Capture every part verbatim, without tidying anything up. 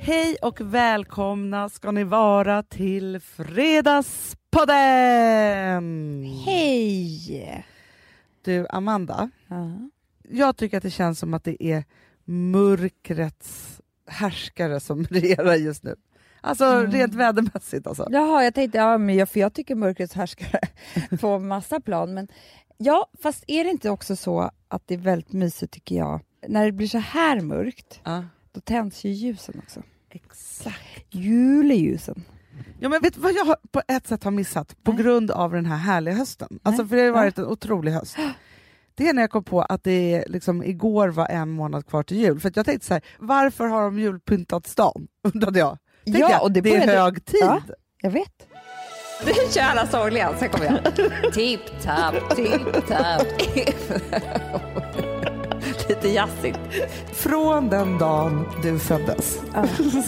Hej och välkomna ska ni vara till Fredagspodden! Hej! Du, Amanda. Uh-huh. Jag tycker att det känns som att det är mörkrets härskare som regerar just nu. Alltså mm. rent vädermässigt alltså. Jaha, jag tänkte, ja, men jag, för jag tycker mörkrets härskare på massa plan. Men ja, fast är det inte också så att det är väldigt mysigt tycker jag. När det blir så här mörkt, uh. då tänds ju ljusen också. Exakt. Juleljusen. Ja, men vet du vad jag har, på ett sätt har missat på Nej. grund av den här härliga hösten? Nej. Alltså för det har ju varit en otrolig höst. Det är när jag kom på att det liksom igår var en månad kvar till jul. För att jag tänkte så här, varför har de julpyntat stan? Undrade jag. Tänkte ja, jag, och det, det är hög tid. Ja, jag vet. Du kör alla sångliga, sen kommer jag. Tipp-tapp, tipp-tapp. Lite jazzigt. Från den dagen du föddes. Ja.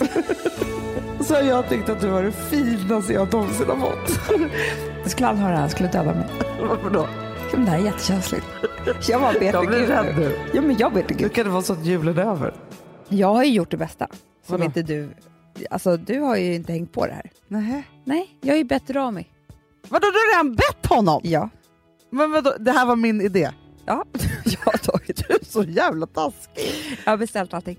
Så har jag tyckt att du var det finaste jag någonsin har fått. Du skulle aldrig höra det här, skulle döda mig. Varför då? Ja, men det här är jättekänsligt. Jag var bete Jag blir rädd nu. Ja, men jag bete Nu kan det vara så att julen är över. Jag har ju gjort det bästa. Som Vadå? inte du... Alltså, du har ju inte hängt på det här. Nej. Nej, jag har ju bett Rami. Vadå, du har redan bett honom? Ja. Men vadå, det här var min idé. Ja, jag har tagit det. Så jävla taskig. Jag har beställt allting.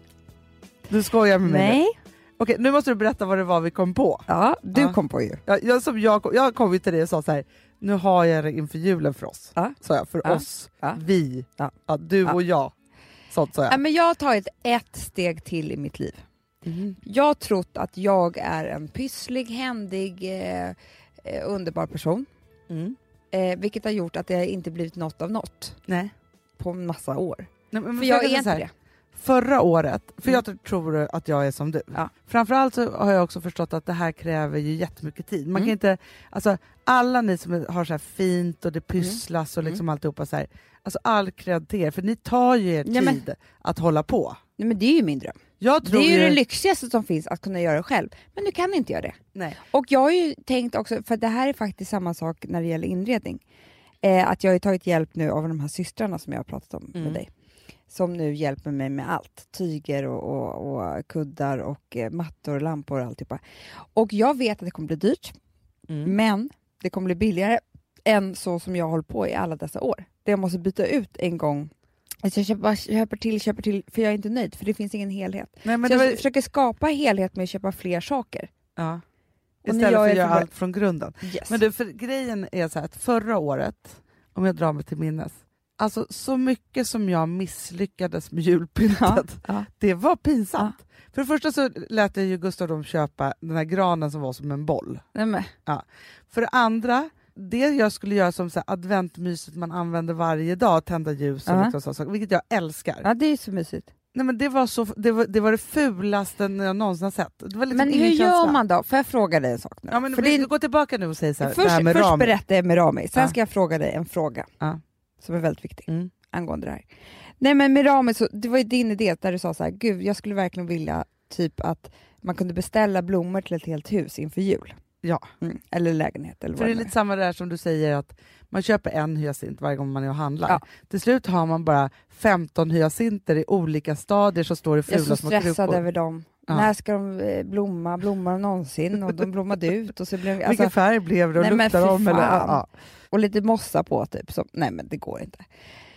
Du skojar med mig? Nej. Okej, nu måste du berätta vad det var vi kom på. Ja, du ja. kom på ju. Ja, jag, som jag, kom, jag kom ju till dig och sa så här, nu har jag det inför julen för oss. Ja. Sa jag, för ja. oss, ja. vi, ja. Ja, du ja. och jag. Sånt sa jag. Ja, men jag har tagit ett steg till i mitt liv. Mm. Jag har trott att jag är en pysslig, händig, eh, underbar person. Mm. Eh, vilket har gjort att det inte blivit något av något. Nej. På en massa år. Nej, men för jag är inte här, det. Förra året, för mm. jag tror att jag är som du. Ja. Framförallt så har jag också förstått att det här kräver ju jättemycket tid. Man mm. kan inte, alltså alla ni som har så här fint och det pysslas mm. och liksom alltihopa så här, alltså all cred till er, för ni tar ju er ja, men, tid att hålla på. Nej, men det är ju min dröm. Jag tror det är ju ju det lyxigaste som finns att kunna göra det själv. Men nu kan inte göra det. Nej. Och jag har ju tänkt också, för det här är faktiskt samma sak när det gäller inredning. Eh, att jag har tagit hjälp nu av de här systrarna som jag har pratat om mm. med dig. Som nu hjälper mig med allt. Tyger och, och, och kuddar och eh, mattor och lampor och alltihopa. Och jag vet att det kommer bli dyrt. Mm. Men det kommer bli billigare än så som jag har hållit på i alla dessa år. Det jag måste byta ut en gång. Alltså jag köper, köper till, köper till, för jag är inte nöjd. För det finns ingen helhet. Nej, men så jag var... försöker skapa helhet med att köpa fler saker. Ja. Istället för att göra allt från grunden. Yes. Men du, för grejen är så här att förra året, om jag drar mig till minnes, alltså så mycket som jag misslyckades med julpyntet, ja, ja. det var pinsamt. Ja. För det första så lät jag ju Gustav dem köpa den här granen som var som en boll. Nej, ja. För det andra, det jag skulle göra som så här adventmyset man använder varje dag, tända ljus och ja. liksom så, vilket jag älskar. Ja, det är så mysigt. Nej, men det var, så, det, var, det var det fulaste jag någonsin har sett. Det var liksom men hur gör känsla. man då? Får jag fråga dig en sak nu? Ja, men för vi, det är... Gå tillbaka nu och säg så här, först, det här med först Rami. berättar jag med Rami, sen ja. ska jag fråga dig en fråga ja. som är väldigt viktig mm. angående det här. Nej, men med Rami, så, det var ju din idé där du sa så här, gud jag skulle verkligen vilja typ att man kunde beställa blommor till ett helt hus inför jul. Ja. Mm. Eller lägenhet. Eller för vad det är det lite samma där som du säger att man köper en hyacint varje gång man är och handlar. Ja. Till slut har man bara femton hyacinter i olika stadier så står det fula små krukor. Jag är så stressad över dem. Ja. När ska de blomma? Blommar de någonsin? Och de blommade ut. Och så blev, alltså, vilken färg blev det? Och nej, luktar de? Eller, ja, ja. Och lite mossa på typ. Så, nej men det går inte.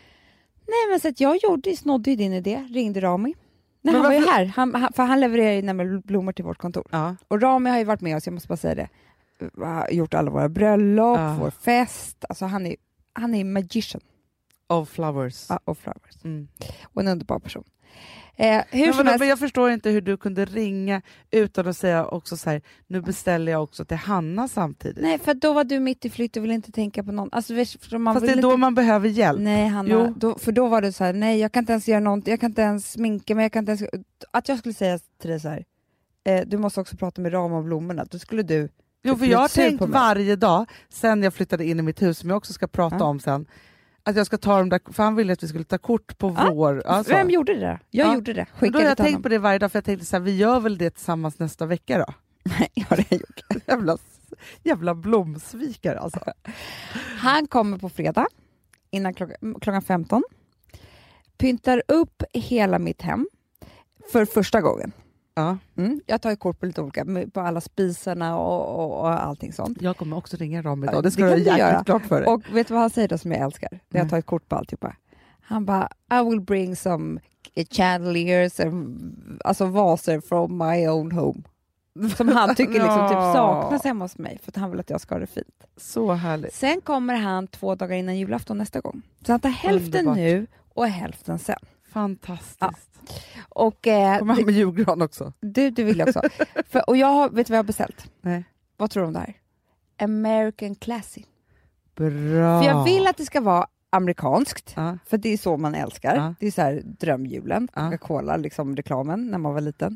Nej men så att jag gjorde, snodde ju din idé. Ringde Rami. Nej, han varför? var ju här. Han, han, för han levererar ju nämligen blommor till vårt kontor. Ja. Och Rami har ju varit med oss, jag måste bara säga det. Har gjort alla våra bröllop, ja. vår fest. Alltså han är, han är magician. Of flowers. Ja, of flowers. Mm. Och en underbar person. Eh, hur men, som vadå, helst... men jag förstår inte hur du kunde ringa utan att säga också så här, nu beställer jag också till Hanna samtidigt. Nej, för då var du mitt i flytt och ville inte tänka på någon. Alltså, man fast det är då inte... man behöver hjälp. Nej, Hanna, då, för då var det så här, nej jag kan inte ens göra någonting, jag kan inte ens sminka mig, jag kan inte ens... Att jag skulle säga till dig så här, eh, du måste också prata med Ram om blommorna, då skulle du... Jo, för jag har tänkt varje dag sen jag flyttade in i mitt hus, som jag också ska prata ja. om sen, att jag ska ta dem där, för han ville att vi skulle ta kort på ja. vår... Alltså. Vem gjorde det där? Jag ja. gjorde det. Skickade då har jag tänkt honom. på det varje dag, för jag tänkte så här, vi gör väl det tillsammans nästa vecka då? Nej, jag har det gjort. jävla, jävla blomsvikare alltså. Han kommer på fredag innan klockan, klockan femton. Pyntar upp hela mitt hem för första gången. Ja. Mm. Jag tar ju kort på lite olika, på alla spisarna och, och, och allting sånt. Jag kommer också ringa Ram idag. Ja, det ska det du kan du jäkligt göra. klart för dig. Och vet du vad han säger då som jag älskar? När jag Nej. tar ett kort på alltihopa. Han bara, I will bring some chandeliers and, alltså vaser from my own home. Som han tycker liksom typ saknas hemma hos mig för att han vill att jag ska ha det fint. Så härligt. Sen kommer han två dagar innan julafton nästa gång. Så han tar hälften Underbart. nu och hälften sen. Fantastiskt. Ja. Och, eh, Kommer han med julgran också? du, du vill också. För, och jag har, vet du vad jag har beställt? Nej. Vad tror du om det här? American Classy. Bra. För jag vill att det ska vara amerikanskt. Ja. För det är så man älskar. Ja. Det är så här drömjulen. Ja. Coca-Cola, liksom reklamen när man var liten.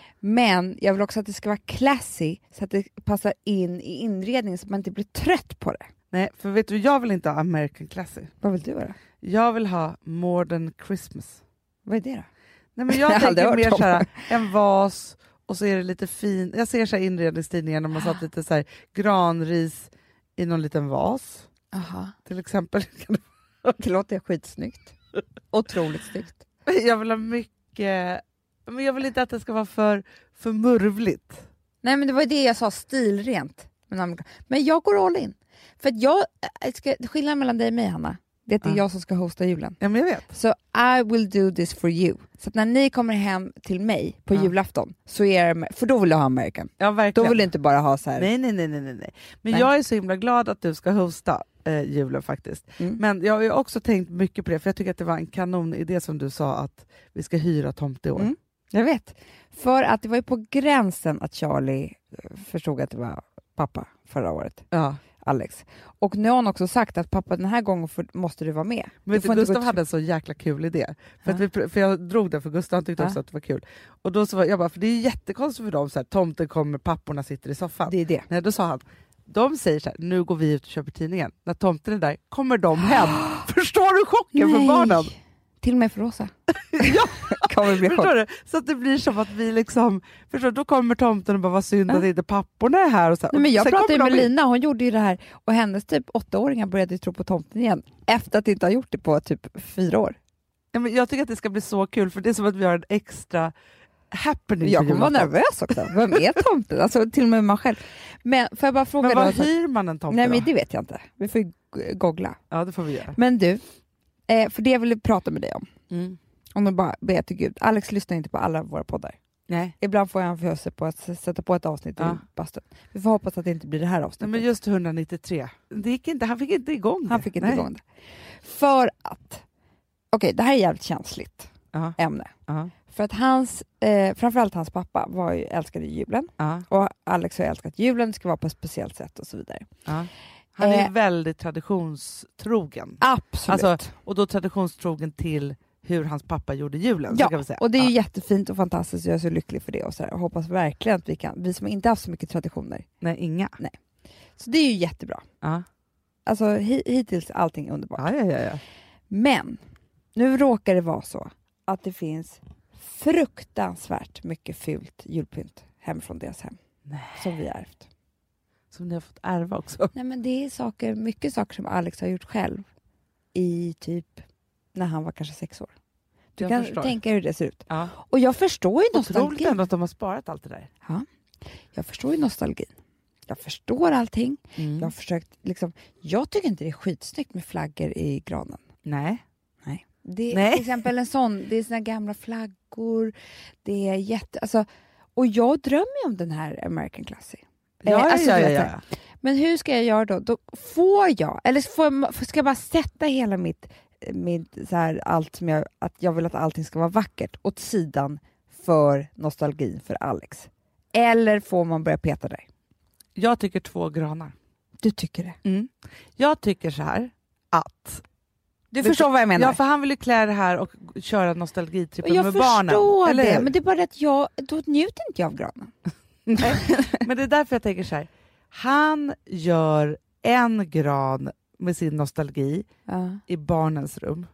Men jag vill också att det ska vara classy så att det passar in i inredningen så att man inte blir trött på det. Nej, för vet du, jag vill inte ha American Classy. Vad vill du göra? Jag vill ha Modern Christmas. Vad är det då? Nej, men jag Jag har aldrig tänker hört mer om så här, en vas och så är det lite fin. Jag ser så här inredningstidningar när man satt lite så här granris i någon liten vas. Aha. Till exempel. Det låter skitsnyggt. Otroligt snyggt. Jag vill ha mycket, men jag vill inte att det ska vara för, för murvligt. Nej, men det var det jag sa, stilrent. Men jag går all in. För att jag, ska, skillnaden mellan dig och mig, Hanna, det är att det är Ja. jag som ska hosta julen. Ja, men jag vet. Så I will do this for you. Så att när ni kommer hem till mig på Ja. julafton, så är det, för då vill jag ha American. Ja, Då verkligen. vill du inte bara ha så här. Nej, nej, nej, nej, nej. Men Nej. jag är så himla glad att du ska hosta eh, julen faktiskt. Mm. Men jag har ju också tänkt mycket på det, för jag tycker att det var en kanonidé som du sa, att vi ska hyra tomt i år. Mm. Jag vet. För att det var ju på gränsen att Charlie eh, förstod att det var pappa förra året. Ja. Alex. Och nu har hon också sagt att pappa, den här gången får, måste du vara med. Men Du får du, inte gå Gustav till- hade en så jäkla kul idé. För, Ja. att vi, pr- för jag drog det för Gustav, han tyckte Ja. också att det var kul. Och då så var jag bara, för det är jättekonstigt för dem, så här, tomten kommer, papporna sitter i soffan. Det är det. Nej, då sa han, de säger så här, nu går vi ut och köper tidningen. När tomten är där, kommer de hem. Förstår du chocken för barnen? Till och med för Rosa. Ja. Kommer bli chock. Förstår du? Så att det blir som att vi liksom, förstår du? Då kommer tomten och bara, vad synd att inte papporna är här. Och så här. Nej, men jag Sen pratade ju kommer med de in. Lina, hon gjorde ju det här och hennes typ åttaåringar började ju tro på tomten igen efter att inte ha gjort det på typ fyra år. Ja, men jag tycker att det ska bli så kul, för det är som att vi har en extra happening. Jag på kommer vara julafton. nervös också. Vem är tomten? Alltså till och med man själv. Men får jag bara fråga Men vad då? hyr man en tomte Nej, då? men det vet jag inte. Vi får ju g- googla. Ja, det får vi göra. Men du, eh, för det jag ville prata med dig om. Mm. Om du bara ber till Gud. Alex lyssnar inte på alla våra poddar. Nej. Ibland får jag en förhöse på att s- sätta på ett avsnitt Ja. i bastun. Vi får hoppas att det inte blir det här Nej, avsnittet. men just etthundranittiotre. Det gick inte, han fick inte igång det. Han fick inte Nej. igång det. För att, okej, det här är jävligt känsligt Ja, ämne. ja, För att hans, eh, framförallt hans pappa var ju, älskade julen. ja, Och Alex har älskat julen, det ska vara på ett speciellt sätt och så vidare. ja. Han är Eh. ju väldigt traditionstrogen. Absolut. Alltså, och då traditionstrogen till hur hans pappa gjorde julen. Så ja, kan vi säga. och det är ju ja. jättefint och fantastiskt. Jag är så lycklig för det och, så här, och hoppas verkligen att vi kan, vi som inte haft så mycket traditioner. Nej, inga. Så det är ju jättebra. Ja. Alltså hi- hittills allting underbart. Ja, ja, ja, ja. Men nu råkar det vara så att det finns fruktansvärt mycket fult julpynt hemifrån deras hem. Nej. Som vi har ärvt. Som ni har fått ärva också. Nej, men det är saker, mycket saker som Alex har gjort själv i typ när han var kanske sex år. Du Jag kan förstår. tänka hur det ser ut. Ja. Och jag förstår ju Otroligt nostalgin. ändå att de har sparat allt det där. Ja. Jag förstår ju nostalgin. Jag förstår allting. Mm. Jag har försökt liksom, jag tycker inte det är skitsnyggt med flaggor i granen. Nej. Nej. Det är Nej. till exempel en sån, det är såna gamla flaggor, det är jätte, alltså, och jag drömmer ju om den här American Classy. Ja, Eh, ja, alltså, ja, du ja, vet ja. det. Men hur ska jag göra då? Då får jag, eller får jag, ska jag bara sätta hela mitt, mitt så här, allt som jag, att jag vill att allting ska vara vackert åt sidan för nostalgin för Alex? Eller får man börja peta där? Jag tycker två granar. Du tycker det? Mm. Jag tycker så här att... Du förstår vad jag menar? Ja, för han vill ju klä det här och köra nostalgitrippen jag med förstår barnen. Eller det, hur? men det är bara att jag, då njuter inte jag av granen. Nej. Men det är därför jag tänker så här. Han gör en gran med sin nostalgi Ja. i barnens rum.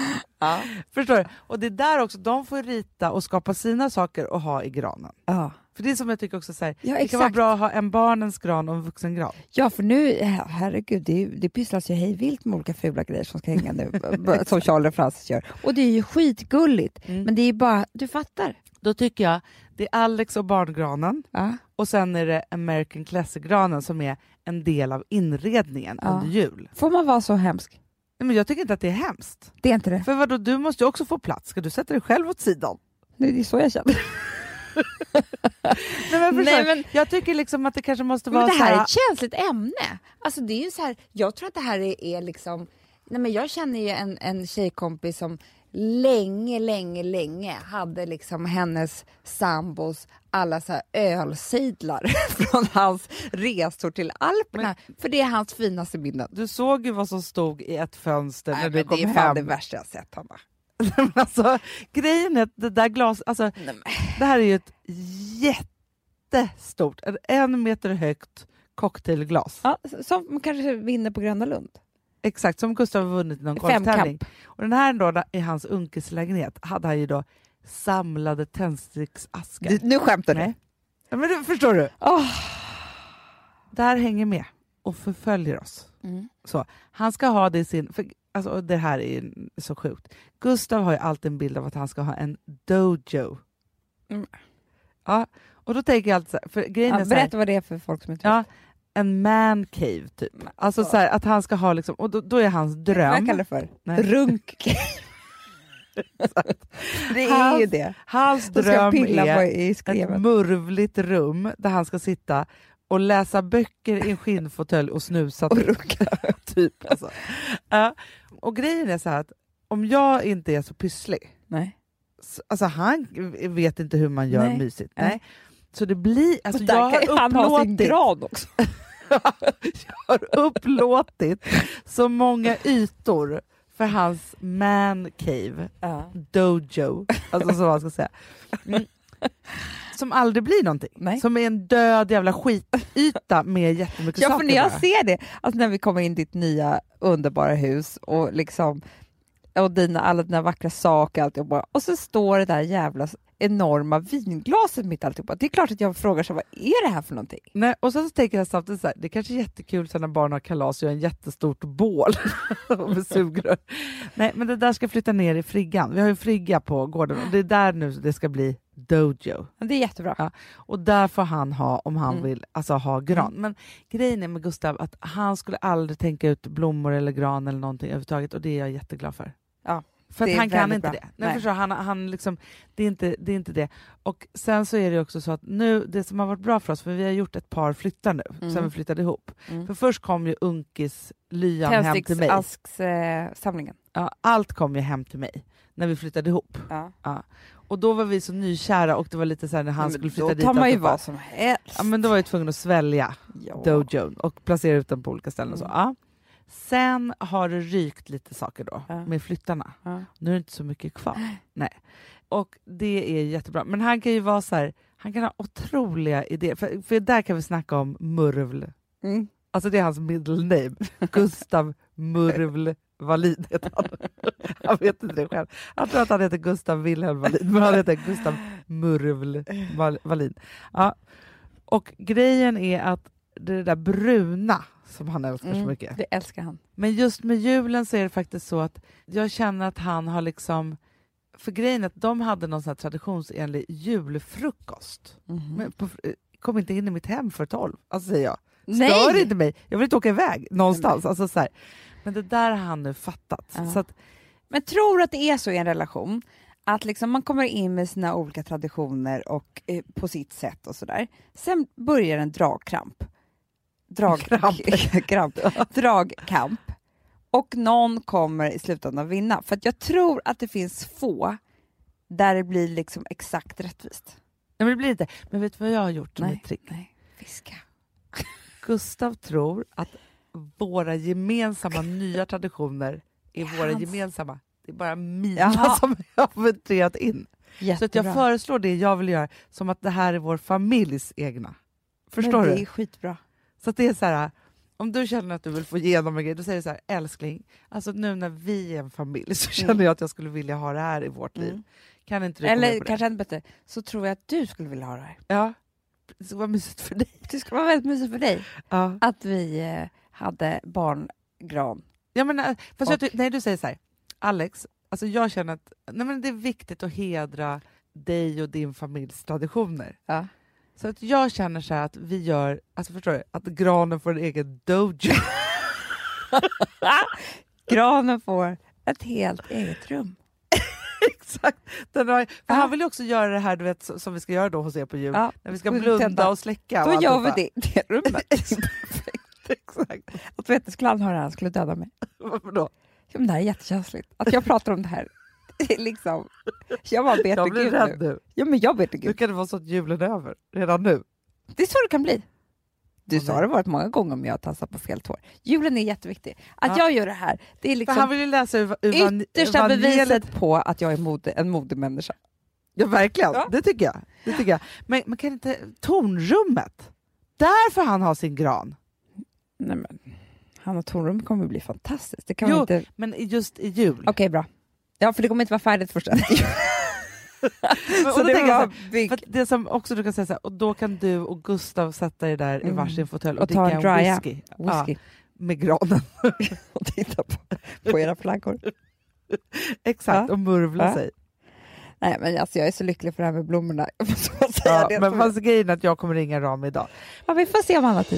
Ja. Förstår du? Och det är där också, de får rita och skapa sina saker och ha i granen. Ja. För det är som jag tycker också så här, Ja, det kan vara bra att ha en barnens gran och en vuxen gran. Ja, för nu, herregud, det, det pysslas ju hej vilt med olika fula grejer som ska hänga nu, som Charles och Francis gör. Och det är ju skitgulligt, mm. men det är bara, du fattar. Då tycker jag, det är Alex och barngranen, ja. och sen är det American Classic-granen som är en del av inredningen ja. under jul. Får man vara så hemsk? Nej, men jag tycker inte att det är hemskt. Det är inte det. För vadå, du måste ju också få plats. Ska du sätta dig själv åt sidan? Nej, det är så jag känner. Nej, men Nej, men, jag tycker liksom att det kanske måste vara men det här så här... är ett känsligt ämne. Alltså det är ju så här, jag tror att det här är, är liksom, nej men jag känner ju en, en tjejkompis som länge, länge, länge hade liksom hennes sambos alla så här ölsidlar från hans resor till Alperna. Men, för det är hans finaste minnen. Du såg ju vad som stod i ett fönster när nej, du kom hem. Det är hem. fan det värsta jag sett, Hanna. Alltså, grejen är att det där glas, alltså, det här är ju ett jättestort, en meter högt cocktailglas. Ja, som kanske vinner på Gröna Lund. Exakt, som Gustav har vunnit i någon golftävling. Och den här då, i hans unkes lägenhet hade han ju då samlade tändsticksaskar. Du, nu skämtar du. Nej. Ja, men du, förstår du? Oh. Det här hänger med och förföljer oss. Mm. Så, han ska ha det i sin... För, alltså, det här är så sjukt. Gustav har ju alltid en bild av att han ska ha en dojo. Mm. Ja, och då tänker jag alltid så här, för grejen ja, är så här, berätta vad det är för folk som inte ja, en man cave typ. Alltså så här, att han ska ha liksom, och då, då är hans dröm. Vad kallar det för? Nej. Runk cave. Det är hans, ju det. Hans dröm är ett murvligt rum där han ska sitta och läsa böcker i en skinnfåtölj och snusa och runka. typ. Alltså. Uh, och grejen är så här att om jag inte är så pysslig, nej. Så, alltså han vet inte hur man gör nej. mysigt. Nej. Nej. Så det blir, alltså jag har upplåtit, han har sin gran också. jag har upplåtit så många ytor för hans man cave, uh. dojo, alltså så man ska säga. Mm. Som aldrig blir någonting. Nej. Som är en död jävla skityta med jättemycket ja, saker. Ja, för när jag bara. ser det, alltså när vi kommer in i ditt nya underbara hus och liksom och dina, alla dina vackra saker alltihopa, och så står det där jävla enorma vinglaset mitt alltihopa. Det är klart att jag frågar sig, vad är det här för någonting? Nej, och sen så tänker jag samtidigt så här, det är kanske är jättekul så när barn har kalas och gör en jättestort bål med sugrör. Nej, men det där ska flytta ner i friggan. Vi har ju frigga på gården och det är där nu det ska bli dojo. Det är jättebra. Ja, och där får han ha, om han mm. vill, alltså ha gran. Men grejen är med Gustav att han skulle aldrig tänka ut blommor eller gran eller någonting överhuvudtaget, och det är jag jätteglad för. Ja. För att han kan inte bra. det. Nej, förstår, han, han liksom, det, är inte, det är inte det. Och sen så är det också så att nu, det som har varit bra för oss, för vi har gjort ett par flyttar nu, mm. sen vi flyttade ihop. Mm. För först kom ju Unkis lyan hem till mig. Tändsticksaskssamlingen. Ja, allt kom ju hem till mig när vi flyttade ihop. Ja. Ja. Och då var vi så nykära och det var lite så här när han ja, skulle flytta då dit. Då tar man ju bara, vad som helst. Ja, men då var jag tvungen att svälja ja. dojon och placera ut den på olika ställen. Mm. Och så. Ja. Sen har det rykt lite saker då ja. med flyttarna. Ja. Nu är det inte så mycket kvar. Nej. Och det är jättebra. Men han kan ju vara så här, han kan ha otroliga idéer. För, för där kan vi snacka om Murvl. Mm. Alltså det är hans middle name. Gustav Murvl Wallin heter han. Han vet inte det själv. Jag tror att han heter Gustav Wilhelm Wallin, men han heter Gustav Murvl Wallin. Ja. Och grejen är att det där bruna som han älskar mm, så mycket. Det älskar han. Men just med julen så är det faktiskt så att jag känner att han har liksom, för grejen att de hade någon sån här traditionsenlig julfrukost. Mm. Men på, kom inte in i mitt hem för tolv, alltså säger jag. Nej. Stör inte mig, jag vill inte åka iväg någonstans. Alltså, så här. Men det där har han nu fattat. Ja. Så att, men tror att det är så i en relation att liksom man kommer in med sina olika traditioner och eh, på sitt sätt och sådär. Sen börjar en dragkramp. Dragkramp. Dragkamp. Och någon kommer i slutändan vinna. För att jag tror att det finns få där det blir liksom exakt rättvist. Nej, men det blir inte. Men vet du vad jag har gjort som nej, ett trick? Nej, fiska. Gustav tror att våra gemensamma nya traditioner är Hans. våra gemensamma. Det är bara mina Jaha. som jag har venterat in. Jättebra. Så att jag föreslår det jag vill göra som att det här är vår familjs egna. Förstår men du? Det är skitbra. Så att det är så här, om du känner att du vill få igenom en grej, då säger du så här, älskling, alltså nu när vi är en familj så känner mm. jag att jag skulle vilja ha det här i vårt liv. Mm. Kan inte du Eller kanske ännu bättre, så tror jag att du skulle vilja ha det här. Ja, det ska vara mysigt för dig. Det ska vara väldigt mysigt för dig. Ja. Att vi eh, hade barngran. Ja, men, fast Och- jag, ty- nej, du säger så här, Alex, alltså jag känner att nej, men det är viktigt att hedra dig och din familjs traditioner. Ja. Så att jag känner så här att vi gör, alltså förstår du, att granen får en egen dojo. Granen får ett helt eget rum. Exakt. Den har, för ja. Han vill ju också göra det här, du vet, som vi ska göra då hos er på jul. Ja. När vi ska blunda och släcka. Då och gör vi det, det rummet. Exakt. Att vet, skulle han höra, han skulle döda mig. Varför då? Ja, men det här är jättekänsligt. Att jag pratar om det här. Det är liksom, jag bara ber Jag till blir Gud rädd nu. nu. Ja, men jag ber till Nu Gud. kan det vara så att julen är över redan nu. Det är så det kan bli. Du Oh, sa det varit många gånger om jag tassar på fel tår. Julen är jätteviktig. Att Ja. jag gör det här, det är För liksom han vill ju läsa ur, ur van- yttersta evangeliet. beviset på att jag är mode, en modemänniska. Ja, verkligen. Ja. Det tycker jag. Det tycker jag. Men man kan inte... Tornrummet. Där får han ha sin gran. Nej, men han och tornrum kommer bli fantastiskt. Det kan Jo, man inte... men just i jul. Okej, bra. Ja, för det kommer inte vara färdigt först. Men, och Så då det tänker jag var så här, bygg... för att det som också du kan säga så här, och då kan du och Gustav sätta er där i Mm. varsin fåtölj och, Och ta dricka en en drya. whisky. Whisky. Ja, med granen. Och titta på, på era flaggor. Exakt, Ja. och murvla Ja. sig. Nej, men alltså, jag är så lycklig för det här med blommorna. Jag måste bara säga Ja, det. men fast grejen är att jag kommer ringa Ram idag. Ja, vi får se om han har tid.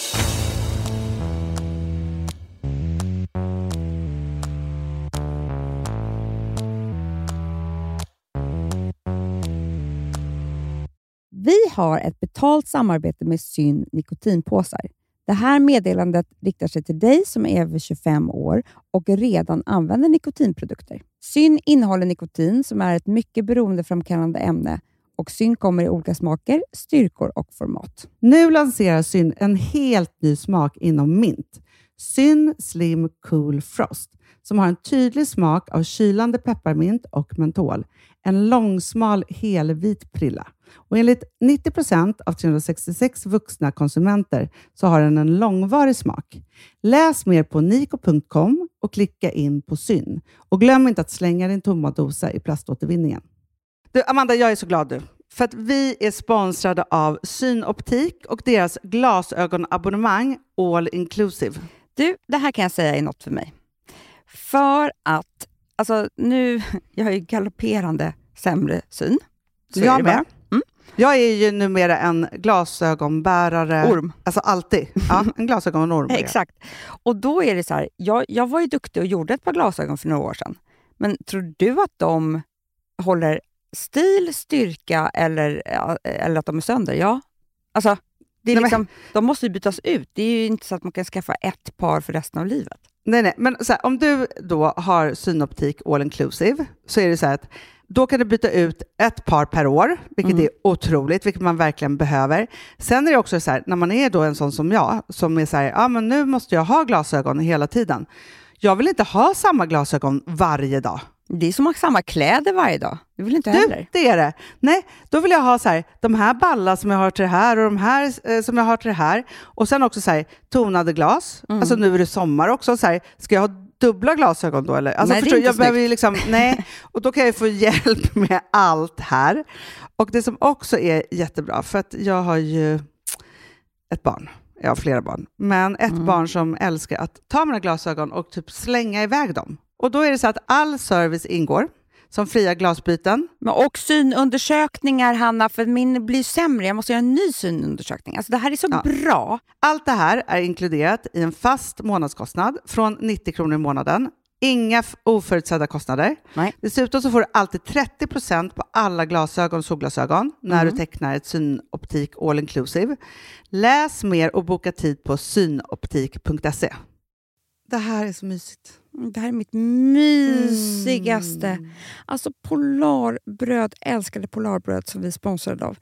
Vi har ett betalt samarbete med Syn nikotinpåsar. Det här meddelandet riktar sig till dig som är över tjugofem år och redan använder nikotinprodukter. Syn innehåller nikotin som är ett mycket beroendeframkallande ämne och Syn kommer i olika smaker, styrkor och format. Nu lanserar Syn en helt ny smak inom mint. Syn Slim Cool Frost som har en tydlig smak av kylande pepparmint och mentol. En långsmal helvit prilla. Och enligt nittio procent av trehundrasextiosex vuxna konsumenter så har den en långvarig smak. Läs mer på niko punkt com och klicka in på Syn. Och glöm inte att slänga din tomma dosa i plaståtervinningen. Du, Amanda, jag är så glad du. För att vi är sponsrade av Synoptik och deras glasögonabonnemang All Inclusive. Du, det här kan jag säga är något för mig. För att, alltså nu, jag har ju galopperande sämre syn. Så Jag är det med. bara. Mm. Jag är ju numera en glasögonbärare. Orm. Alltså alltid. Ja, en glasögonorm. Exakt. Och då är det så här, jag, jag var ju duktig och gjorde ett par glasögon för några år sedan. Men tror du att de håller stil, styrka eller, eller att de är sönder? Ja. Alltså, det är Nej, liksom, de måste ju bytas ut. Det är ju inte så att man kan skaffa ett par för resten av livet. Nej, nej. Men så här, om du då har Synoptik All Inclusive så är det så här att då kan du byta ut ett par per år, vilket Mm. är otroligt, vilket man verkligen behöver. Sen är det också så här, när man är då en sån som jag, som är så här, ja men nu måste jag ha glasögon hela tiden. Jag vill inte ha samma glasögon varje dag. Det är som att ha samma kläder varje dag. Det vill inte heller. Du, det är det. Nej, då vill jag ha så här, de här balla som jag har till det här och de här eh, som jag har till det här. Och sen också så här, tonade glas. Mm. Alltså nu är det sommar också. Så här, ska jag ha dubbla glasögon då? Eller? Alltså, Nej, det är förstår, inte jag behöver ju liksom, nej. Och då kan jag få hjälp med allt här. Och det som också är jättebra, för att jag har ju ett barn. Jag har flera barn. Men ett Mm. barn som älskar att ta mina glasögon och typ slänga iväg dem. Och då är det så att all service ingår. Som fria glasbyten. Men och synundersökningar, Hanna, för min blir sämre. Jag måste göra en ny synundersökning. Alltså det här är så Ja. bra. Allt det här är inkluderat i en fast månadskostnad från nittio kronor i månaden. Inga f- oförutsedda kostnader. Nej. Dessutom så får du alltid trettio procent på alla glasögon och solglasögon när Mm. du tecknar ett Synoptik All Inclusive. Läs mer och boka tid på synoptik punkt se. Det här är så mysigt. Det här är mitt mysigaste. Mm. Alltså Polarbröd, älskade Polarbröd som vi sponsrade av.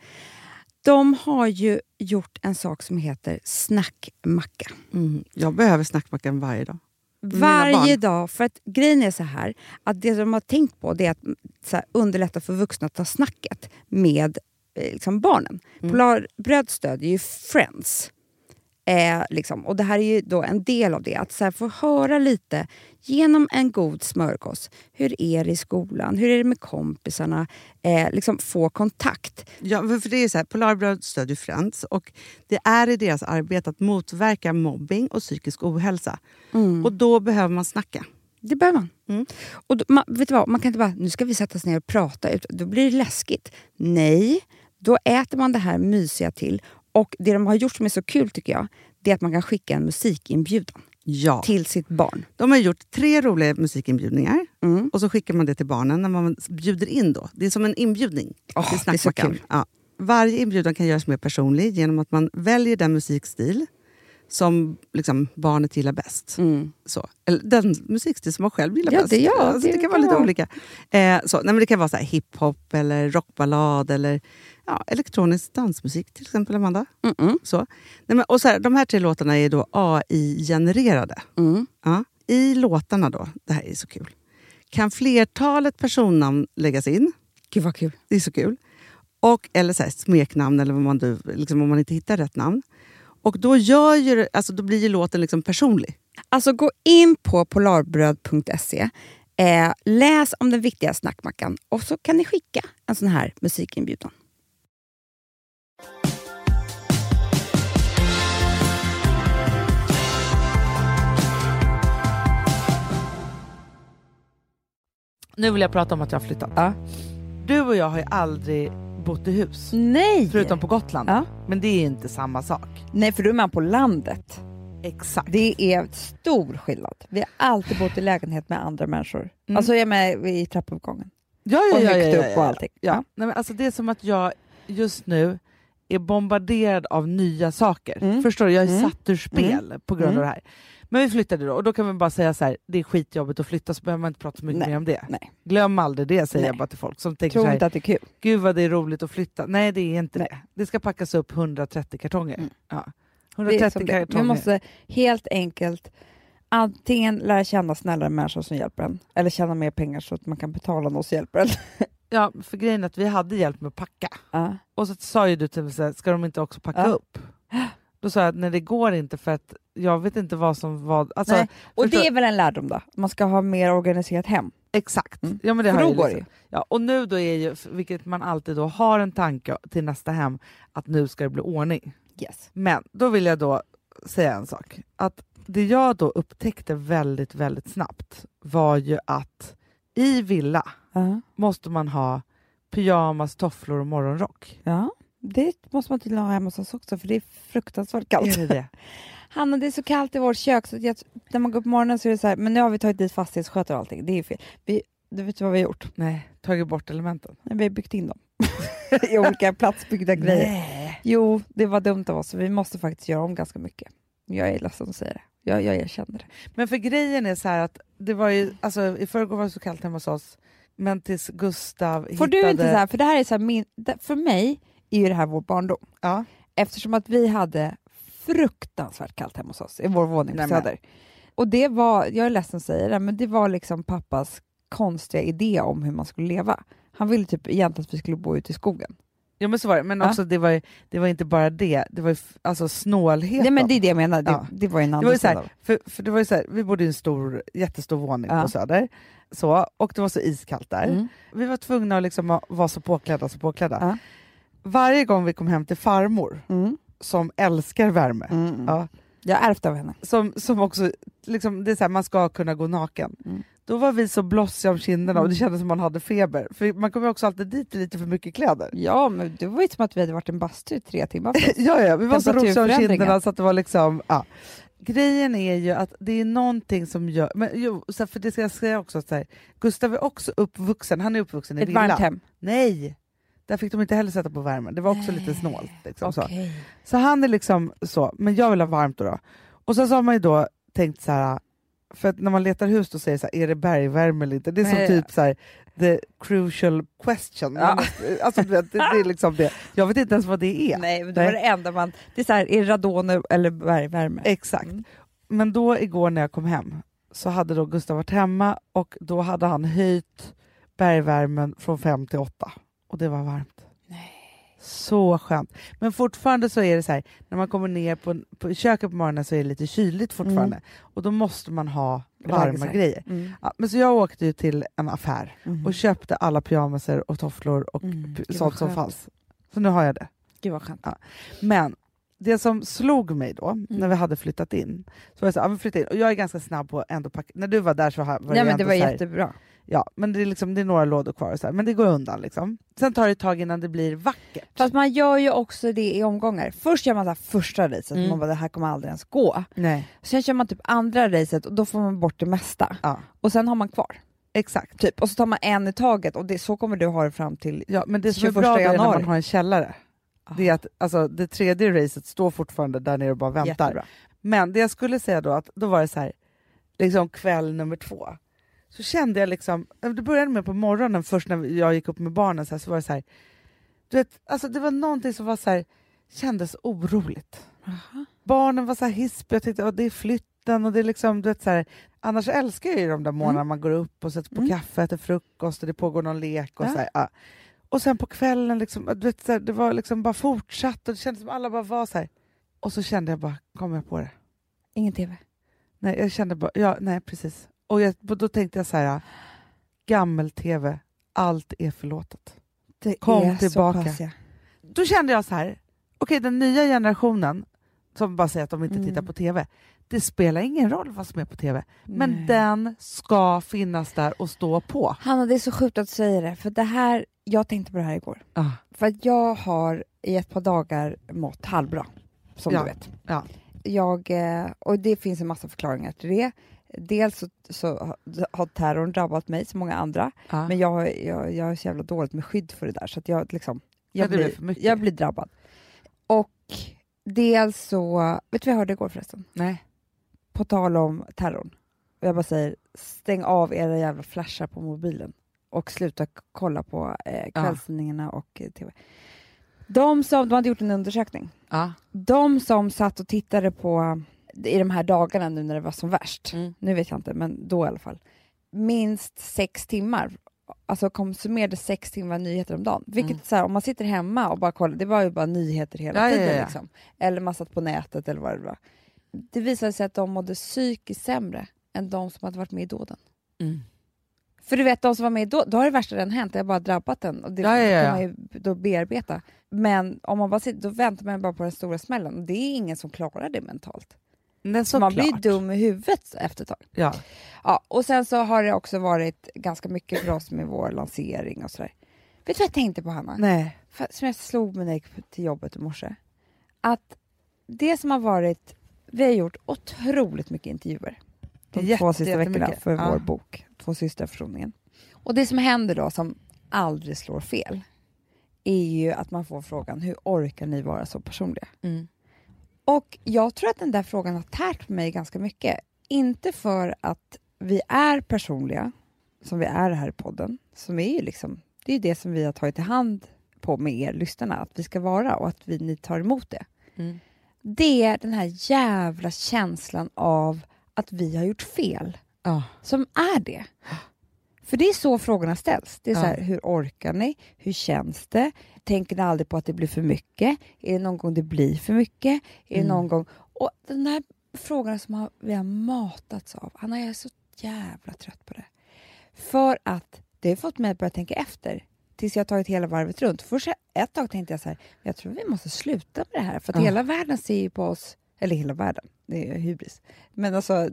De har ju gjort en sak som heter snackmacka. Mm. Jag behöver snackmackan varje dag. Mina Varje barn. dag. För att grejen är så här, att det de har tänkt på det är att så här, underlätta för vuxna att ta snacket med eh, liksom barnen. Mm. Polarbröd stödjer ju Friends. Eh, liksom. Och det här är ju då en del av det. Att så här, få höra lite genom en god smörgås. Hur är det i skolan? Hur är det med kompisarna? Eh, liksom få kontakt. Ja, för det är så här, Polarbröd stödjer Friends och det är i deras arbete att motverka mobbing och psykisk ohälsa. Mm. Och då behöver man snacka. Det behöver man. Mm. Och då, man, vet du vad, man kan inte bara, nu ska vi sätta oss ner och prata ut. Då blir det läskigt. Nej, då äter man det här mysiga till. Och det de har gjort som är så kul tycker jag, det är att man kan skicka en musikinbjudan Ja. till sitt barn. De har gjort tre roliga musikinbjudningar Mm. och så skickar man det till barnen när man bjuder in då. Det är som en inbjudning Oh, till det är så Snackmackan. kul. Ja. Varje inbjudan kan göras mer personlig genom att man väljer den musikstil som liksom barnet gillar bäst. Mm. Så. Eller den musikstil som man själv gillar Ja, bäst. det- ja, alltså, det, det kan kan vara lite vara. olika. Eh, så. Nej, men det kan vara så här hiphop eller rockballad eller ja, elektronisk dansmusik till exempel, Amanda. Mm-mm. Så. Nej, men, och så här, de här tre låtarna är då A I-genererade. Mm. Ja. I låtarna då, det här är så kul, kan flertalet personnamn läggas in. Gud vad kul. Det är så kul. Och, eller så här, smeknamn, eller vad man, du, liksom, om man inte hittar rätt namn. Och då, gör ju, det- alltså, då blir ju låten liksom personlig. Alltså gå in på polarbröd punkt se, eh, läs om den viktiga snackmackan och så kan ni skicka en sån här musikinbjudan. Nu vill jag prata om att jag har flyttat. Ja. Du och jag har ju aldrig bott i hus. Nej! Förutom på Gotland. Ja. Men det är inte samma sak. Nej, för då är man på landet. Exakt. Det är stor skillnad. Vi har alltid bott i lägenhet med andra människor. Mm. Alltså jag är med i trappuppgången. Ja, ja, Och ja, högt ja, upp ja, och ja. allting. Ja. Ja. Nej, men alltså det är som att jag just nu är bombarderad av nya saker. Mm. Förstår du? Jag är Mm. satt ur spel på grund Mm. av det här. Men vi flyttade då och då kan vi bara säga så här: det är skitjobbigt att flytta, så behöver man inte prata så mycket Nej. mer om det. Nej. Glöm aldrig det, säger Nej. jag bara till folk som tänker Tror så här, inte att det är kul. gud vad det är roligt att flytta. Nej, det är inte Nej. det. Det ska packas upp hundratrettio kartonger. Mm. Ja. Det är hundratrettio som det. kartonger. Vi måste helt enkelt antingen lära känna snällare människor som hjälper en, eller tjäna mer pengar så att man kan betala någon som hjälper en. Ja, för grejen är att vi hade hjälp med att packa. Ja. Och så sa ju du till mig så här, ska de inte också packa Ja. upp? Då sa jag att nej, det går inte för att jag vet inte vad som var... Alltså, Nej. Och förstår- det är väl en lärdom då? Man ska ha mer organiserat hem. Exakt. Mm. Ja, men det För har då jag går liksom. Ja, och nu då är ju, vilket man alltid då har en tanke till nästa hem, att nu ska det bli ordning. Yes. Men då vill jag då säga en sak. Att det jag då upptäckte väldigt, väldigt snabbt var ju att i villa Ja. måste man ha pyjamas, tofflor och morgonrock. Ja, det måste man tydligen ha hemma hos oss också, för det är fruktansvärt kallt. Är det det? Hanna, det är så kallt i vårt kök så att jag, när man går på morgonen så är det så här, men nu har vi tagit dit fastighetsskötare och allting. Det är ju fel. Vi, du vet vad vi har gjort? Nej, tagit bort elementen. Vi har byggt in dem i olika platsbyggda grejer. Nej. Jo, det var dumt av oss, så vi måste faktiskt göra om ganska mycket. Jag är ledsen att säga det. Jag, jag erkänner det. Men för grejen är så här att det var ju, alltså i förrgår var det så kallt hemma hos oss, men tills Gustav Får hittade... du inte så här, för det här är så här, min, det- för mig är ju det här vår barndom. Ja. Eftersom att vi hade fruktansvärt kallt hemma hos oss i vår våning på Nej, men- Söder. Och det var, jag är ledsen att säga det, men det var liksom pappas konstiga idé om hur man skulle leva. Han ville typ egentligen att vi skulle bo ute i skogen. Ja, men så var det. Men Ja. också det var, ju, det var inte bara det, det var ju f- alltså snålheten. Nej, men det är det jag menar, det, Ja. det var ju en Det annan var ju så sida. här, för, för det var ju så här, vi bodde i en stor, jättestor våning Ja. på Söder. Så, och det var så iskallt där. Mm. Vi var tvungna att liksom vara så påklädda, så påklädda. Ja. Varje gång vi kom hem till farmor, Mm. som älskar värme, Mm. ja, Jag har ärvt av henne. som, som också, liksom, det är så här, man ska kunna gå naken. Mm. Då var vi så blossiga om kinderna och det Mm. kändes som man hade feber. För man kommer också alltid dit i lite för mycket kläder. Ja, men det var ju som att vi hade varit en bastu i tre timmar. Ja, ja, vi var så rosiga om Temperaturförändringar. kinderna så att det var liksom... Ja. Grejen är ju att det är någonting som gör... Men jo, så här, för det ska jag säga också, så här, Gustav är också uppvuxen, han är uppvuxen i Ett villa. varmt hem. Nej! Där fick de inte heller sätta på värmen, det var också lite snålt. Liksom, så. Okej. så han är liksom så, men jag vill ha varmt då. då. Och sen så har man ju då tänkt så här, för att när man letar hus då säger det så här, är det bergvärme eller inte? Det är som Nej. typ så här, the crucial question. Man Ja. måste, alltså, du vet, det, det är liksom det. Jag vet inte ens vad det är. Nej, men det Nej. var det enda man... Det är så här, är det radon eller bergvärme? Exakt. Mm. Men då igår när jag kom hem så hade då Gustav varit hemma och då hade han höjt bergvärmen från fem till åtta. Och det var varmt. Nej. Så skönt. Men fortfarande så är det så här, när man kommer ner på, på köket på morgonen så är det lite kyligt fortfarande. Mm. Och då måste man ha varma grejer. Mm. Ja, men så jag åkte ju till en affär mm. och köpte alla pyjamaser och tofflor och mm. sånt som fanns. Så nu har jag det. Gud vad skönt. Ja. Men det som slog mig då, mm. när vi hade flyttat in, så var jag så här, ja, men flytta in. Och jag är ganska snabb på ändå packa. När du var där så var Nej, jag men det var så här, jättebra. Ja, men det är, liksom, det är några lådor kvar och så här, men det går undan liksom. Sen tar det ett tag innan det blir vackert. Fast man gör ju också det i omgångar. Först gör man så här första racet, mm. man bara, det här kommer aldrig ens gå. Nej. Sen kör man typ andra racet och då får man bort det mesta. Ja. Och sen har man kvar. Exakt. Typ. Och så tar man en i taget och det, så kommer du ha det fram till ja, men det som är bra är när man har en källare. Aha. Det är att alltså, det tredje racet står fortfarande där nere och bara väntar. Jättebra. Men det jag skulle säga då, att då var det så här, liksom kväll nummer två. Så kände jag liksom, det började med på morgonen först när jag gick upp med barnen så, här, så var det så här, du vet, alltså det var någonting som var så här, kändes oroligt. Aha. Barnen var så här hispiga, jag tänkte, oh, det är flytten och det är liksom, du vet så här, annars älskar jag ju de där månaderna mm. man går upp och sätter på mm. kaffe, äter frukost och det pågår någon lek och ja. så här, ja. Och sen på kvällen, liksom, du vet, så här, det var liksom bara fortsatt och det kändes som alla bara var så här. Och så kände jag bara, kom jag på det? Ingen tv? Nej, jag kände bara, ja, nej precis. Och jag, då tänkte jag så här, gammel-tv, allt är förlåtet. Det kom är tillbaka. Så pass, ja. Då kände jag så här, okej okay, den nya generationen som bara säger att de inte mm. tittar på tv, det spelar ingen roll vad som är på tv. Nej. Men den ska finnas där och stå på. Hanna, det är så sjukt att säga det, för det här, jag tänkte på det här igår. Ah. För att jag har i ett par dagar mått halvbra, som ja. du vet. Ja. Jag, och det finns en massa förklaringar till det. Dels så, så har terrorn drabbat mig som många andra, ah. men jag, jag, jag är så jävla dåligt med skydd för det där, så att jag, liksom, jag, ja, blir, jag blir drabbad. Och dels så, vet du vad jag hörde igår förresten? Nej. På tal om terrorn. Och jag bara säger, stäng av era jävla flashar på mobilen och sluta kolla på eh, kvällstidningarna ah. och eh, tv. De som, de hade gjort en undersökning. Ah. De som satt och tittade på i de här dagarna nu när det var som värst, mm. nu vet jag inte, men då i alla fall, minst sex timmar, alltså konsumerade sex timmar nyheter om dagen. Vilket mm. så här, om man sitter hemma och bara kollar, det var ju bara nyheter hela ja, tiden. Ja, ja. Liksom. Eller man satt på nätet eller vad det var. Det visade sig att de mådde psykiskt sämre än de som hade varit med i dåden. Mm. För du vet, de som var med då, då har det värsta redan hänt. Det har bara drabbat den. Och det ja, ja, ja. kan man ju då bearbeta. Men om man bara sitter, då väntar man bara på den stora smällen. Och det är ingen som klarar det mentalt. Men så man klart. Blir dum i huvudet efter ett tag. Ja. Ja, och sen så har det också varit ganska mycket för oss med vår lansering och sådär. Vet du vad jag tänkte på, Hanna? Nej. För, som jag slog mig när jag gick till jobbet i morse. Att det som har varit, vi har gjort otroligt mycket intervjuer. De Jätte, två sista veckorna för ja. vår bok. Två systerförsoningen. Och det som händer då, som aldrig slår fel, är ju att man får frågan, hur orkar ni vara så personliga? Mm. Och jag tror att den där frågan har tärt på mig ganska mycket. Inte för att vi är personliga, som vi är här i podden. Som är ju liksom, det är det som vi har tagit i hand på med er lyssnarna. Att vi ska vara och att vi, ni tar emot det. Mm. Det är den här jävla känslan av att vi har gjort fel. Ja. Som är det. För det är så frågorna ställs. Det är ja. så här, hur orkar ni? Hur känns det? Tänker ni aldrig på att det blir för mycket? Är det någon gång det blir för mycket? Är mm. det någon gång... Och den här frågorna som har, vi har matats av. Anna, jag är så jävla trött på det. För att det har fått mig att börja tänka efter. Tills jag har tagit hela varvet runt. Först ett tag tänkte jag så här, jag tror vi måste sluta med det här. För att ja. hela världen ser ju på oss, eller hela världen, det är hybris. Men alltså,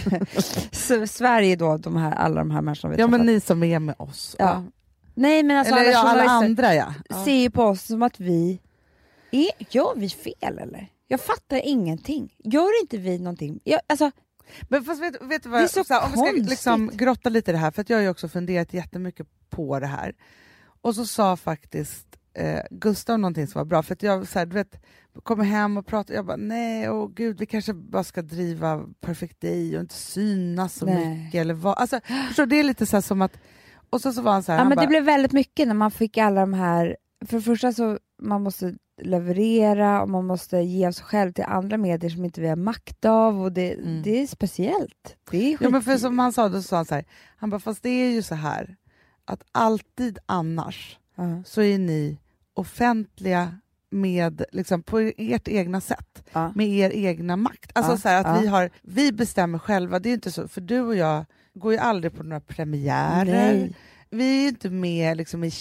Sverige då, de här, alla de här människorna vi Ja, träffat. men ni som är med oss. Ja. Ja. Nej, men alltså eller, alla, ja, alla andra, ja. ja. ser ju på oss som att vi är, gör vi fel eller? Jag fattar ingenting. Gör inte vi någonting? Jag, alltså, men fast vet, vet du vad, det är så så här, om vi ska liksom grotta lite i det här, för att jag har ju också funderat jättemycket på det här. Och så sa faktiskt eh, Gustav någonting som var bra, för att jag så här, du vet, kommer hem och pratar, jag bara nej, åh gud, vi kanske bara ska driva Perfect Day och inte synas så nej. mycket eller vad, alltså förstår, det är lite så här som att, och så, så var han så här, ja, han men bara, det blev väldigt mycket när man fick alla de här, för det första så man måste leverera och man måste ge sig själv till andra medier som inte vi har makt av, och det, mm. det är speciellt. Det är ja, men för som han sa, då sa han så här, han bara, fast det är ju så här att alltid annars uh-huh. så är ni offentliga med, liksom, på ert egna sätt. Ja. Med er egna makt. Alltså Ja, så här, att ja. vi, har, vi bestämmer själva. Det är inte så, för du och jag går ju aldrig på några premiärer. Nej. Vi är ju inte med liksom, i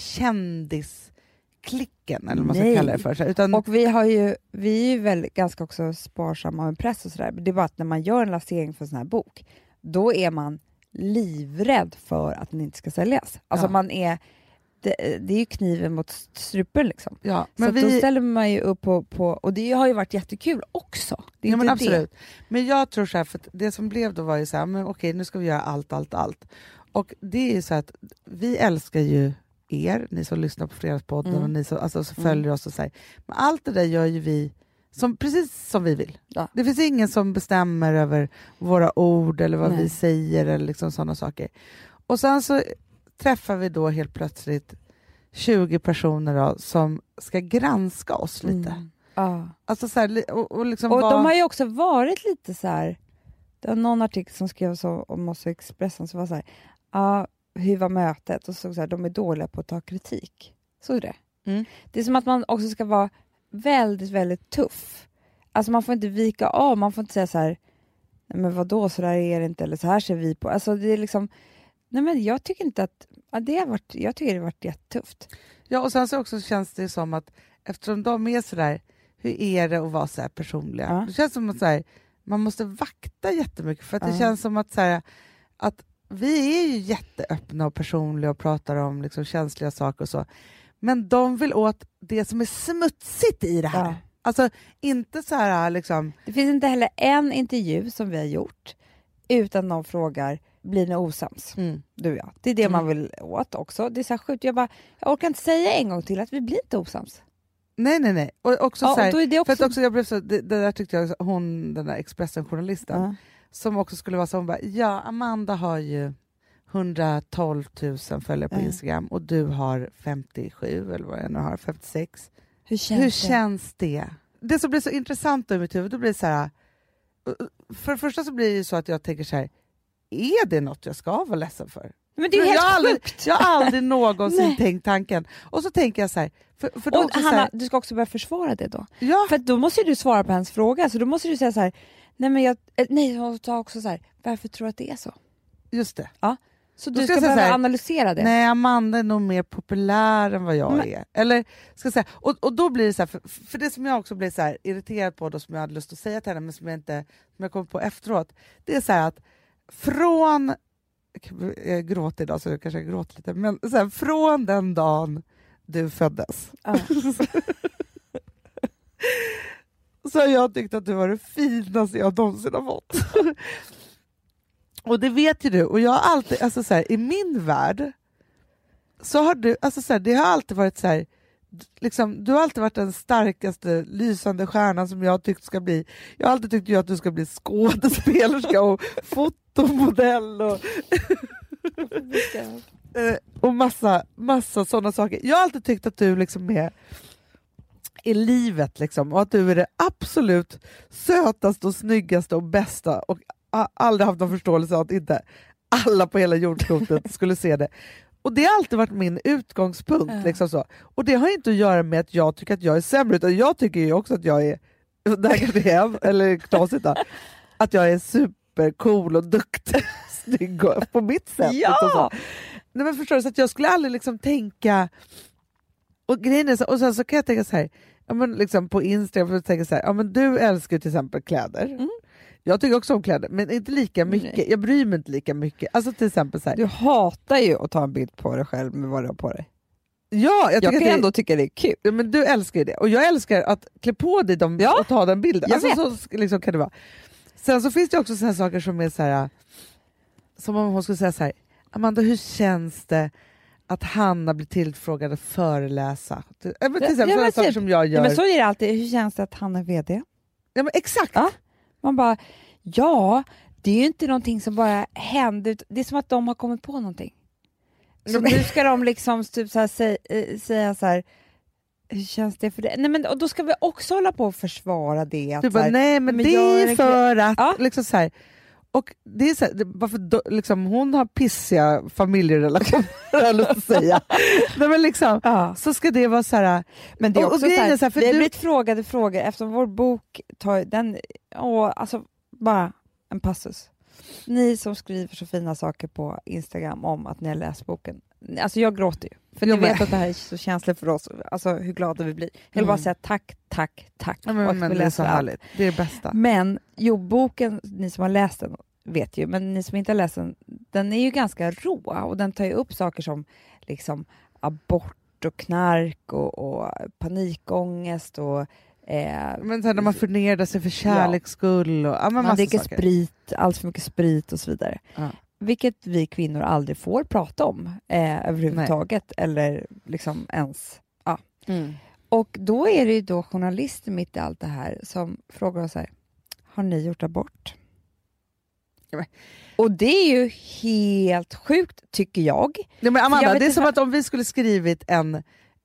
kändisklicken, eller vad man ska Nej. kalla det för. Så, utan, Och vi, har ju, vi är ju väl ganska också sparsamma med press och sådär. Det är bara att när man gör en lansering för en sån här bok, då är man livrädd för att den inte ska säljas. Alltså Ja. man är, det, det är ju kniven mot strupen liksom. ja, Så men att vi, då ställer man ju upp på, på, och det har ju varit jättekul också. Det är ja, inte men absolut. Det. Men jag tror så här, för att det som blev då var ju så här, men okej, nu ska vi göra allt, allt, allt. Och det är ju så att vi älskar ju er, ni som lyssnar på Fredagspodden Mm. och ni som, alltså, som följer oss och så här. Men allt det där gör ju vi som, precis som vi vill. Ja. Det finns ingen som bestämmer över våra ord eller vad Nej. vi säger eller liksom sådana saker. Och sen så träffar vi då helt plötsligt tjugo personer då, som ska granska oss lite. Mm. Ja. Alltså så här, li- och, och, liksom Och vara- de har ju också varit lite så här. Det var någon artikel som skrev så om oss i Expressen som var så här, ja, hur var mötet? Och så, så här, de är dåliga på att ta kritik. Så är det. Mm. Det är som att man också ska vara väldigt, väldigt tuff. Alltså man får inte vika av, man får inte säga så här, nej men vadå, så där är det inte, eller så här ser vi på. Alltså det är liksom, nej men jag tycker inte att, ja, det har varit, jag tycker det har varit jättetufft. Ja, och sen så också känns det som att eftersom de är sådär, hur är det att vara så här personliga? Ja. Det känns som att så här, man måste vakta jättemycket för att det Ja. känns som att, så här, att vi är ju jätteöppna och personliga och pratar om liksom känsliga saker och så. Men de vill åt det som är smutsigt i det här. Ja. Alltså inte så här liksom... Det finns inte heller en intervju som vi har gjort utan någon frågar, blir ni osams? Mm. Du och jag. Det är det Mm. man vill åt också. Det är så här sjukt. Jag, bara, jag orkar inte säga en gång till att vi blir inte osams. Nej, nej, nej. Och också Ja, så här, och då är det också... för att också jag blev så, det, det där tyckte jag, hon, den där Expressen-journalisten, Ja. som också skulle vara så, hon bara, ja, Amanda har ju hundratolv tusen följare på Ja. Instagram och du har femtiosju eller vad jag nu har, femtiosex. Hur känns Hur det? känns det? Det som blir så intressant då i mitt huvud, då blir det så här, för det första så blir det ju så att jag tänker så här, är det något jag ska vara ledsen för? Men det är ju jag, har helt aldrig, sjukt! jag har aldrig någonsin Nej. tänkt tanken. Och så tänker jag så här, för, för då Och också så Hanna, här, du ska också börja försvara det då. ja, För att då måste ju du svara på hans fråga. Så då måste du säga så här, nej men jag, eh, nej, hon sa också så här, varför tror du att det är så? just det. Så Då du ska ska, jag säga behöva så här, analysera det. Nej, Amanda är nog mer populär än vad jag Men- är. Eller, ska jag säga, och, och då blir det så här, för, för det som jag också blir så här irriterad på, då, som jag hade lust att säga till henne, men som jag inte som jag kom på efteråt, det är så här att från, jag gråter idag så jag kanske gråter lite, men så här, från den dagen du föddes Ja. så har jag tyckt att du var det finaste jag någonsin har fått. Och det vet ju du, och jag har alltid, alltså så här, i min värld så har du, alltså så här, det har alltid varit så här, liksom, du har alltid varit den starkaste lysande stjärnan som jag har tyckt ska bli. Jag har alltid tyckt ju att du ska bli skådespelerska och fotomodell och, eh, och massa, massa sådana saker. Jag har alltid tyckt att du liksom är i livet liksom, och att du är det absolut sötaste och snyggaste och bästa, och a- aldrig haft någon förståelse av att inte alla på hela jordklotet skulle se det. Och det har alltid varit min utgångspunkt. Ja. Liksom så. Och det har inte att göra med att jag tycker att jag är sämre, utan jag tycker ju också att jag är, det här kanske är, eller knasigt då, att jag är supercool och duktig, snygg och, på mitt sätt. Ja! Liksom så. Nej, men förstår du, så att jag skulle aldrig liksom tänka, och grejen är så, och sen så kan jag tänka så här, ja, men liksom på Instagram, för att tänka så här, ja, men du älskar ju till exempel kläder. Mm. Jag tycker också om kläder, men inte lika mycket. Nej. Jag bryr mig inte lika mycket. Alltså till exempel så här, Du hatar ju att ta en bild på dig själv med vad du har på dig. ja, jag, Jag tycker kan att det, ändå tycka det är kul. ja, men du älskar ju det, och jag älskar att klä på dig dem Ja, och ta den bilden. jag Alltså, så liksom kan det vara. Sen så finns det också såna saker som är så här, som om hon skulle säga så här, Amanda, hur känns det att Hanna blir tillfrågad att föreläsa? Ja, men till Ja, exempel ja, sådana men saker typ. som jag gör. Ja, men så är det alltid. Hur känns det att han är vd? Ja, men exakt. Ja. Man bara, ja, det är ju inte någonting som bara händer. Det är som att de har kommit på någonting. Så nu ska de liksom typ så här, säga, äh, säga så här, hur känns det för det? Nej, men, och då ska vi också hålla på och försvara det. Att, Du så bara, här, nej men, men det jag är är ju en för att, Ja. liksom så här. Och det är så här, det, varför do, liksom, hon har pissiga familjerelationer, jag lust att säga. Nej, men liksom, Ja. så ska det vara så här. Men det är och, också och så här, så här, för vi har du, blivit frågade frågor efter vår bok, tar, den, åh, alltså bara en passus. Ni som skriver så fina saker på Instagram om att ni har läst boken. Alltså jag gråter ju. För Jo, ni men- vet att det här är så känsligt för oss. Alltså hur glada vi blir. Jag vill bara Mm. säga tack, tack, tack. ja, Och men, att men vi det är läser så allt. härligt. Det är det bästa. Men jo, boken, ni som har läst den vet ju, men ni som inte har läst den, den är ju ganska rå och den tar ju upp saker som liksom abort och knark och, och panikångest och eh, Men så här, när man förnedrar sig för kärleks skull. Och, ja, men man massa dricker saker. sprit, allt för mycket sprit och så vidare. Ja. Vilket vi kvinnor aldrig får prata om eh, överhuvudtaget eller liksom ens. Ja. Mm. Och då är det ju då journalister mitt i allt det här som frågar oss här, har ni gjort abort? Ja, men- Och det är ju helt sjukt, tycker jag. Ja, men jag Amanda, vet det är inte som vad- att om vi skulle skrivit en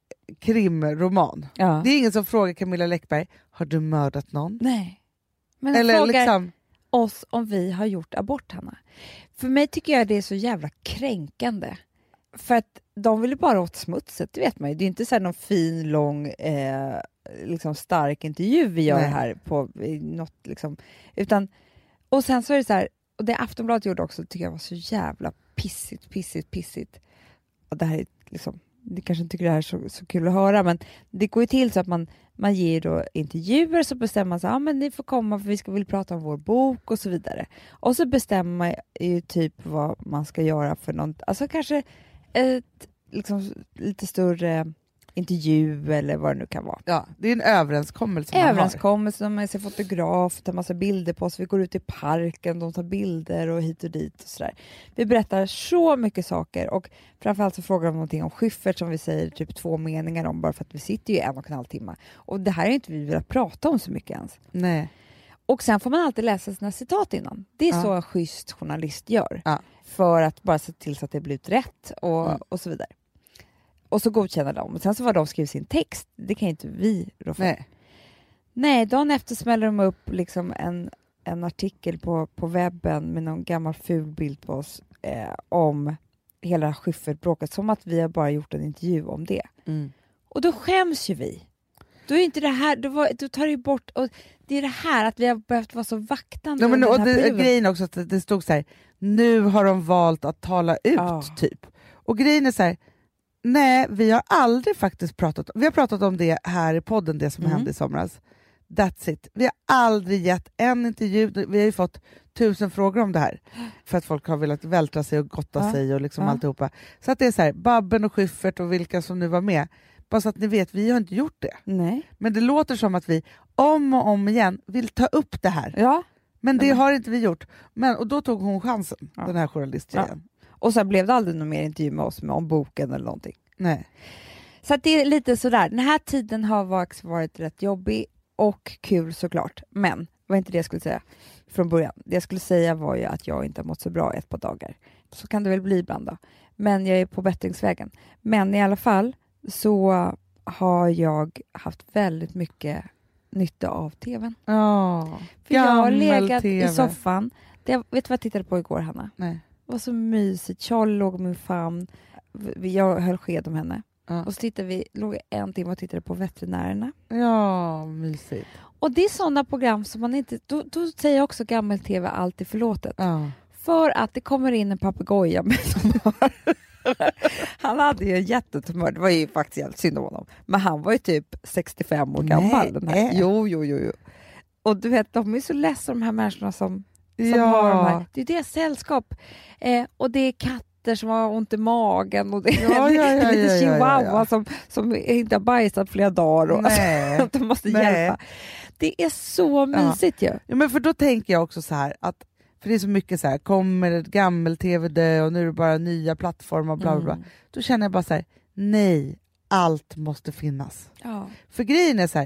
krimroman. Ja. Det är ingen som frågar Camilla Läckberg, har du mördat någon? Nej. Men Eller frågar liksom, oss om vi har gjort abort, Hanna. För mig tycker jag det är så jävla kränkande. För att de vill ju bara åt smutset, det vet man ju. Det är inte så här någon fin, lång, eh, liksom stark intervju vi gör Nej. här på i något liksom. Utan, och sen så är det så här, och det Aftonbladet gjorde också tycker jag var så jävla pissigt, pissigt, pissigt. Och det här är liksom, ni kanske inte tycker det här är så, så kul att höra, men det går ju till så att man, man ger då intervjuer, så bestämmer man sig, ja men ni får komma för vi ska vill prata om vår bok och så vidare. Och så bestämmer man ju typ vad man ska göra för något, alltså kanske ett liksom lite större intervju eller vad det nu kan vara. ja, det är en överenskommelse man har. Överenskommelse, de med sig fotograf, tar massa bilder på oss, vi går ut i parken, de tar bilder och hit och dit och sådär. Vi berättar så mycket saker och framförallt så frågar de någonting om Schyffert som vi säger typ två meningar om bara för att vi sitter ju en och en halv timme. Och det här är inte vi velat prata om så mycket ens. Nej. Och sen får man alltid läsa sina citat innan. Det är Ja. så en schysst journalist gör. Ja. För att bara se till så att det blir ut rätt och, Mm. och så vidare. Och så godkänner de. Och sen så var de skriver sin text. Det kan inte vi rå för. Nej. Nej, dagen efter smäller de upp liksom en, en artikel på, på webben med någon gammal ful bild på oss eh, om hela Schyffert-bråket. Som att vi har bara gjort en intervju om det. Mm. Och då skäms ju vi. Då är inte det här, då, var, då tar det ju bort, och det är det här att vi har behövt vara så vaktande Ja, men, under och den här det, perioden. grejen också att det, det stod så här, nu har de valt att tala ut Ja. typ. Och grejen är så här, nej vi har aldrig faktiskt pratat, vi har pratat om det här i podden, det som Mm. hände i somras. That's it. Vi har aldrig gett en intervju, vi har ju fått tusen frågor om det här. För att folk har velat vältra sig och gotta Ja. sig och liksom Ja. alltihopa. Så att det är så här, Babben och Schyffert och vilka som nu var med. Bara så att ni vet, vi har inte gjort det. Nej. Men det låter som att vi om och om igen vill ta upp det här. Ja. Men det Nej, men- har inte vi gjort. Men, och då tog hon chansen, Ja. den här journalisttjejen. Och sen blev det aldrig någon mer intervju med oss med, om boken eller någonting. Nej. Så att det är lite sådär. Den här tiden har varit, varit rätt jobbig och kul såklart. Men det var inte det jag skulle säga från början. Det jag skulle säga var ju att jag inte har mått så bra ett par dagar. Så kan det väl bli ibland då. Men jag är på bättringsvägen. Men i alla fall så har jag haft väldigt mycket nytta av tvn. Ja. För jag har Gammel legat T V. i soffan. Det, vet du vad jag tittade på igår, Hanna? Nej. Det var så mysigt. Charlie låg i min famn. Jag höll sked om henne. Ja. Och så tittade vi, låg en timme och tittade på Veterinärerna. Ja, mysigt. Och det är sådana program som man inte... Då, då säger jag också gammel-tv alltid förlåtet. Ja. För att det kommer in en papegoja med tumör. Han hade ju en jättetumör. Det var ju faktiskt jävligt synd om honom. Men han var ju typ sextiofem år gammal. Den här. Nej. Jo, jo, jo, jo. Och du vet, de är så ledsna, de här människorna som, som Ja. har de här. Det är deras sällskap. Eh, och det är katter som har ont i magen. Och det är Ja, ja, ja, lite ja, ja, chihuahua ja, ja. Som, som inte har bajsat flera dagar. Och, Nej. alltså, de måste Nej. hjälpa. Det är så mysigt ju. Ja, men för då tänker jag också så här att, för det är så mycket så här, kommer ett gammel-tv dö och nu är det bara nya plattformar och bla bla bla. Mm. Då känner jag bara så här, nej, allt måste finnas. Ja. För grejen är så här,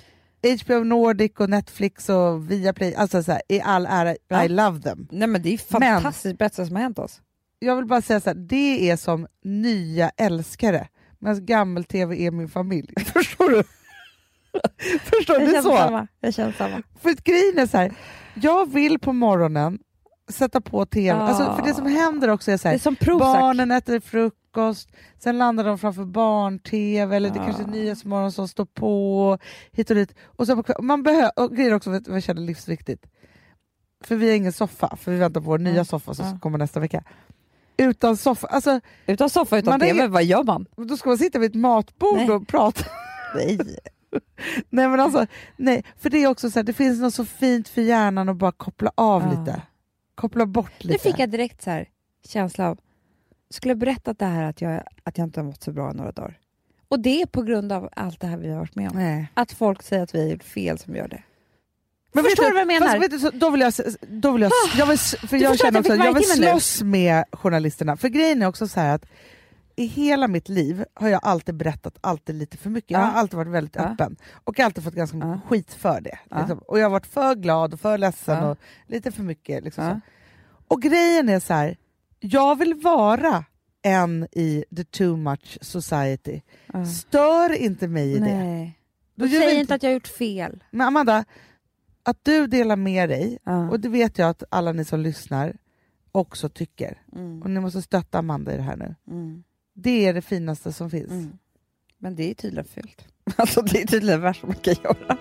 H B O Nordic och Netflix och Viaplay, alltså så här, i all ära, Ja. I love them. Nej, men det är fantastiskt bästa som har hänt oss. Jag vill bara säga så här, det är som nya älskare, medan gammel-tv är min familj. Förstår du? Förstår du? Jag Det är känner så. samma. Jag känner samma. För att grejen är så här, jag vill på morgonen sätta på tv. Ja. Alltså, för det som händer också är så här, Det är som Prozac. barnen äter frukost, sen landar de framför barn-tv eller det Ja. kanske är Nyhetsmorgon som står på hit och dit. Och så på, man behöver, och grejer också vad jag känner livsviktigt. För vi har ingen soffa, för vi väntar på vår nya Mm. soffa som Ja. kommer nästa vecka. Utan soffa, alltså Utan soffa, utan Man är- tv, vad gör man? då ska man sitta vid ett matbord Nej. och prata. Nej. Nej men alltså, nej, för det är också så här, det finns något så fint för hjärnan att bara koppla av Ja. lite. Koppla bort lite. Nu fick jag direkt så här känsla av, skulle jag berätta det här att jag, att jag inte har mått så bra i några dagar? Och det är på grund av allt det här vi har varit med om. Nej. Att folk säger att vi har gjort fel som gör det. Men Förstår vet du vad jag menar? Fast, vet du, så, då vill jag, då vill jag, jag vill, för Du jag förstår känner att jag också, fick jag vill varje timme nu? slåss med journalisterna. För grejen är också så här att i hela mitt liv har jag alltid berättat alltid lite för mycket. Jag Ja. har alltid varit väldigt Ja. öppen och alltid fått ganska mycket Ja. skit för det. Ja. Liksom. Och jag har varit för glad och för ledsen Ja. och lite för mycket. Liksom Ja. så. Och grejen är så här, jag vill vara en i the too much society. Ja. Stör inte mig i det. Nej. Då Du gör vi säger inte- inte att jag har gjort fel. Men Amanda, att du delar med dig, Ja. och det vet jag att alla ni som lyssnar också tycker. Mm. Och ni måste stötta Amanda i det här nu. Mm. Det är det finaste som finns. Mm. Men det är tydligen fult. Alltså det är tydligen värst man kan göra.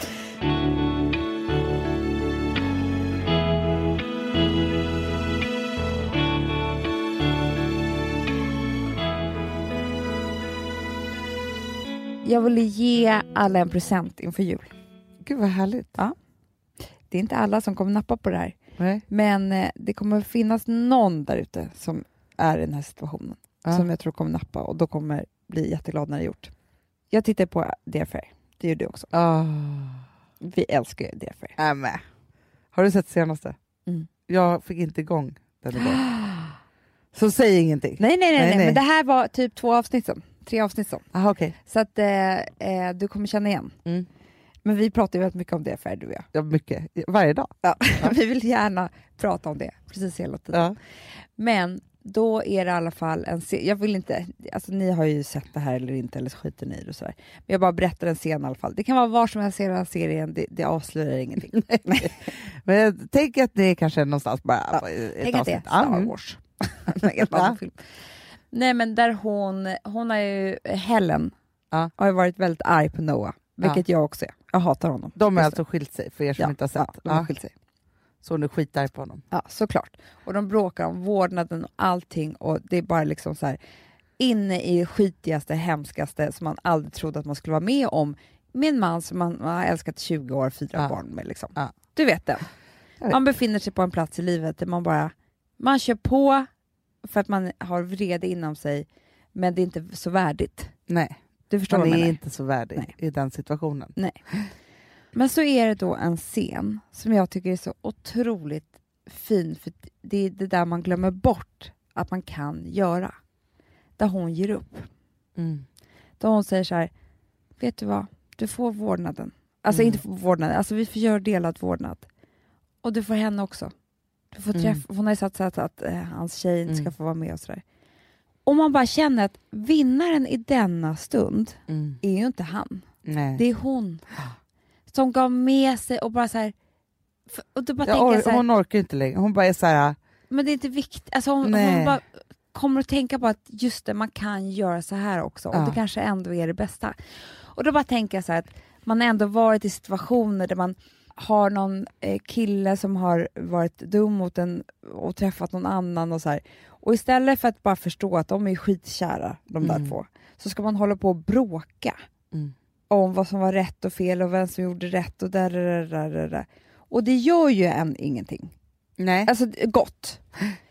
Jag ville ge alla en present inför jul. Gud vad härligt. Det är inte alla som kommer nappa på det här. Nej. Men eh, det kommer finnas någon där ute som är i den här situationen. Ja. Som jag tror kommer nappa och då kommer bli jätteglad när det är gjort. Jag tittar på Dear Fair. Det gör du också. Oh. Vi älskar ju Dear Fair. Äh, med. Har du sett senaste? Mm. Jag fick inte igång den igår. Så säg ingenting. Nej, nej, nej, Nej, nej, nej. men det här var typ två avsnitt sen. Tre avsnitt sen. Aha, okej. Så att eh, eh, du kommer känna igen. Mm. Men vi pratar ju väldigt mycket om Dear Fair, du och jag. Ja, mycket. Varje dag. Ja. Vi vill gärna prata om det precis hela tiden. Ja. Men då är det i alla fall en scen. Jag vill inte, alltså ni har ju sett det här eller inte, eller så skiter ni i det och sådär. Men jag bara berättar en scen i alla fall. Det kan vara var som helst i hela serien, det, det avslöjar ingenting. Men jag tänker att det är kanske någonstans bara Ja, ett Tänk att det är avsnitt. Star Mm. Wars. En helt annan film. Nej men där hon, hon har ju, Helen Ja. har ju varit väldigt arg på Noah. Vilket jag också är. Jag hatar honom. De har Just alltså skilt sig, för er som Ja, inte har ja, sett. de har Ja. skilt sig. Så nu skitar på honom. Ja, såklart. Och de bråkar om vårdnaden och allting och det är bara liksom så här inne i det skitigaste, hemskaste som man aldrig trodde att man skulle vara med om med en man som man, man har älskat i tjugo år, fyra Ja. barn med liksom. Ja. Du vet det. Jag vet. Man befinner sig på en plats i livet där man bara, man kör på för att man har vrede inom sig, men det är inte så värdigt. Nej, Du förstår man vad jag är menar? inte så värdig Nej. i den situationen. Nej. Men så är det då en scen som jag tycker är så otroligt fin, för det är det där man glömmer bort att man kan göra. Där hon ger upp. Mm. Där hon säger så här, vet du vad, du får vårdnaden. Alltså Mm. inte får vårdnaden, alltså vi får göra delad vårdnad. Och du får henne också. Du får träffa, Mm. hon har ju sagt så att, att äh, hans tjej inte ska Mm. få vara med och sådär. Och man bara känner att vinnaren i denna stund Mm. är ju inte han. Nej. Det är hon som gav med sig och bara så här. För, och då bara Jag tänker jag or- så här, hon orkar inte längre. Hon bara är så här. men det är inte viktigt. Alltså hon, Nej. hon bara kommer att tänka på att just det, man kan göra så här också. Ja. Och det kanske ändå är det bästa. Och då bara tänker jag så här att man ändå varit i situationer där man har någon eh, kille som har varit dum mot en och träffat någon annan och så här. Och istället för att bara förstå att de är skitkära, de där Mm. två, så ska man hålla på och bråka Mm. om vad som var rätt och fel och vem som gjorde rätt och där, där, där, där, där. Och det gör ju en ingenting. Nej. Alltså gott.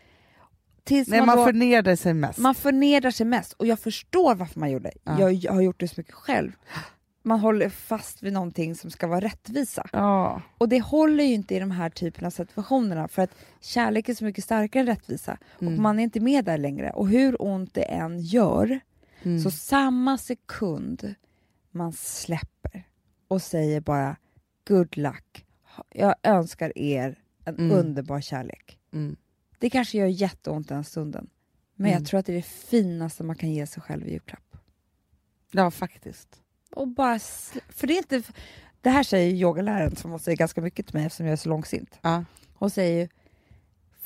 Tills Nej, man, man då, förnedrar sig mest. man förnedrar sig mest. Och jag förstår varför man gjorde det. Ja. Jag har gjort det så mycket själv. Man håller fast vid någonting som ska vara rättvisa. Ja. Och det håller ju inte i de här typerna av situationerna. För att kärlek är så mycket starkare än rättvisa. Mm. Och man är inte med där längre. Och hur ont det än gör, Mm. så samma sekund man släpper och säger bara good luck. Jag önskar er en Mm. underbar kärlek. Mm. Det kanske gör jätteont den stunden. Men Mm. jag tror att det är det finaste man kan ge sig själv i julklapp. Ja, faktiskt. Och bara sl- för det är inte, det här säger yogaläraren som hon säger ganska mycket till mig eftersom jag är så långsint. Ja. Hon säger ju,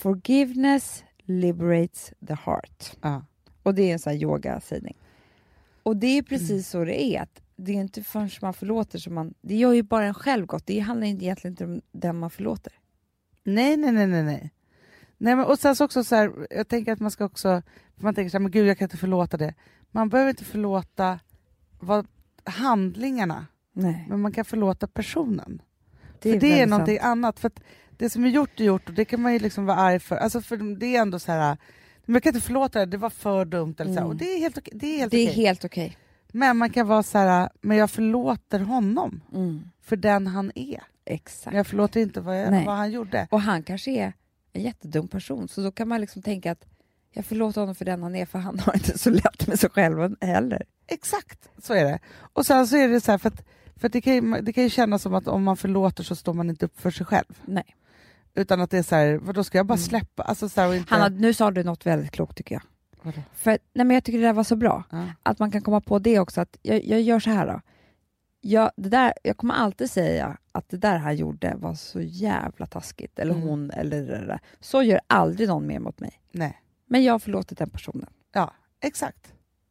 Forgiveness liberates the heart. Ja. Och det är en sån här yoga-sägning. Och det är precis mm. så det är. Att det är inte förrän man förlåter som man... Det gör ju bara en själv gott. Det handlar egentligen inte om den man förlåter. Nej, nej, nej, nej, nej. Nej, men och sen så också så här, jag tänker att man ska också... Man tänker så här, men gud, jag kan inte förlåta det. Man behöver inte förlåta vad, handlingarna. Nej. Men man kan förlåta personen. Det är, för det är någonting sant. annat. För att det som är gjort är gjort och det kan man ju liksom vara arg för. Alltså för det är ändå så här... Men jag kan inte förlåta det, det var för dumt. Eller så här, och det är helt okej. Det är helt det är okej. helt okej. Men man kan vara så här, men jag förlåter honom. Mm. För den han är. Exakt. Men jag förlåter inte vad, jag, vad han gjorde. Och han kanske är en jättedum person. Så då kan man liksom tänka att jag förlåter honom för den han är. För han har inte så lätt med sig själv heller. Exakt, så är det. Och sen så är det så här, för att, för att det, kan ju, det kan ju kännas som att om man förlåter så står man inte upp för sig själv. Nej. Utan att det är så här, då ska jag bara släppa. Mm. Alltså så här, och inte... Hanna, nu sa du något väldigt klokt tycker jag. Vadå? För, nej, men jag tycker det där var så bra. Ja. Att man kan komma på det också. Att jag, jag gör så här då. Jag, det där, jag kommer alltid säga att det där han gjorde var så jävla taskigt. Eller mm. hon, eller det där. Så gör aldrig någon mer mot mig. Nej. Men jag har förlåtit den personen. Ja, exakt.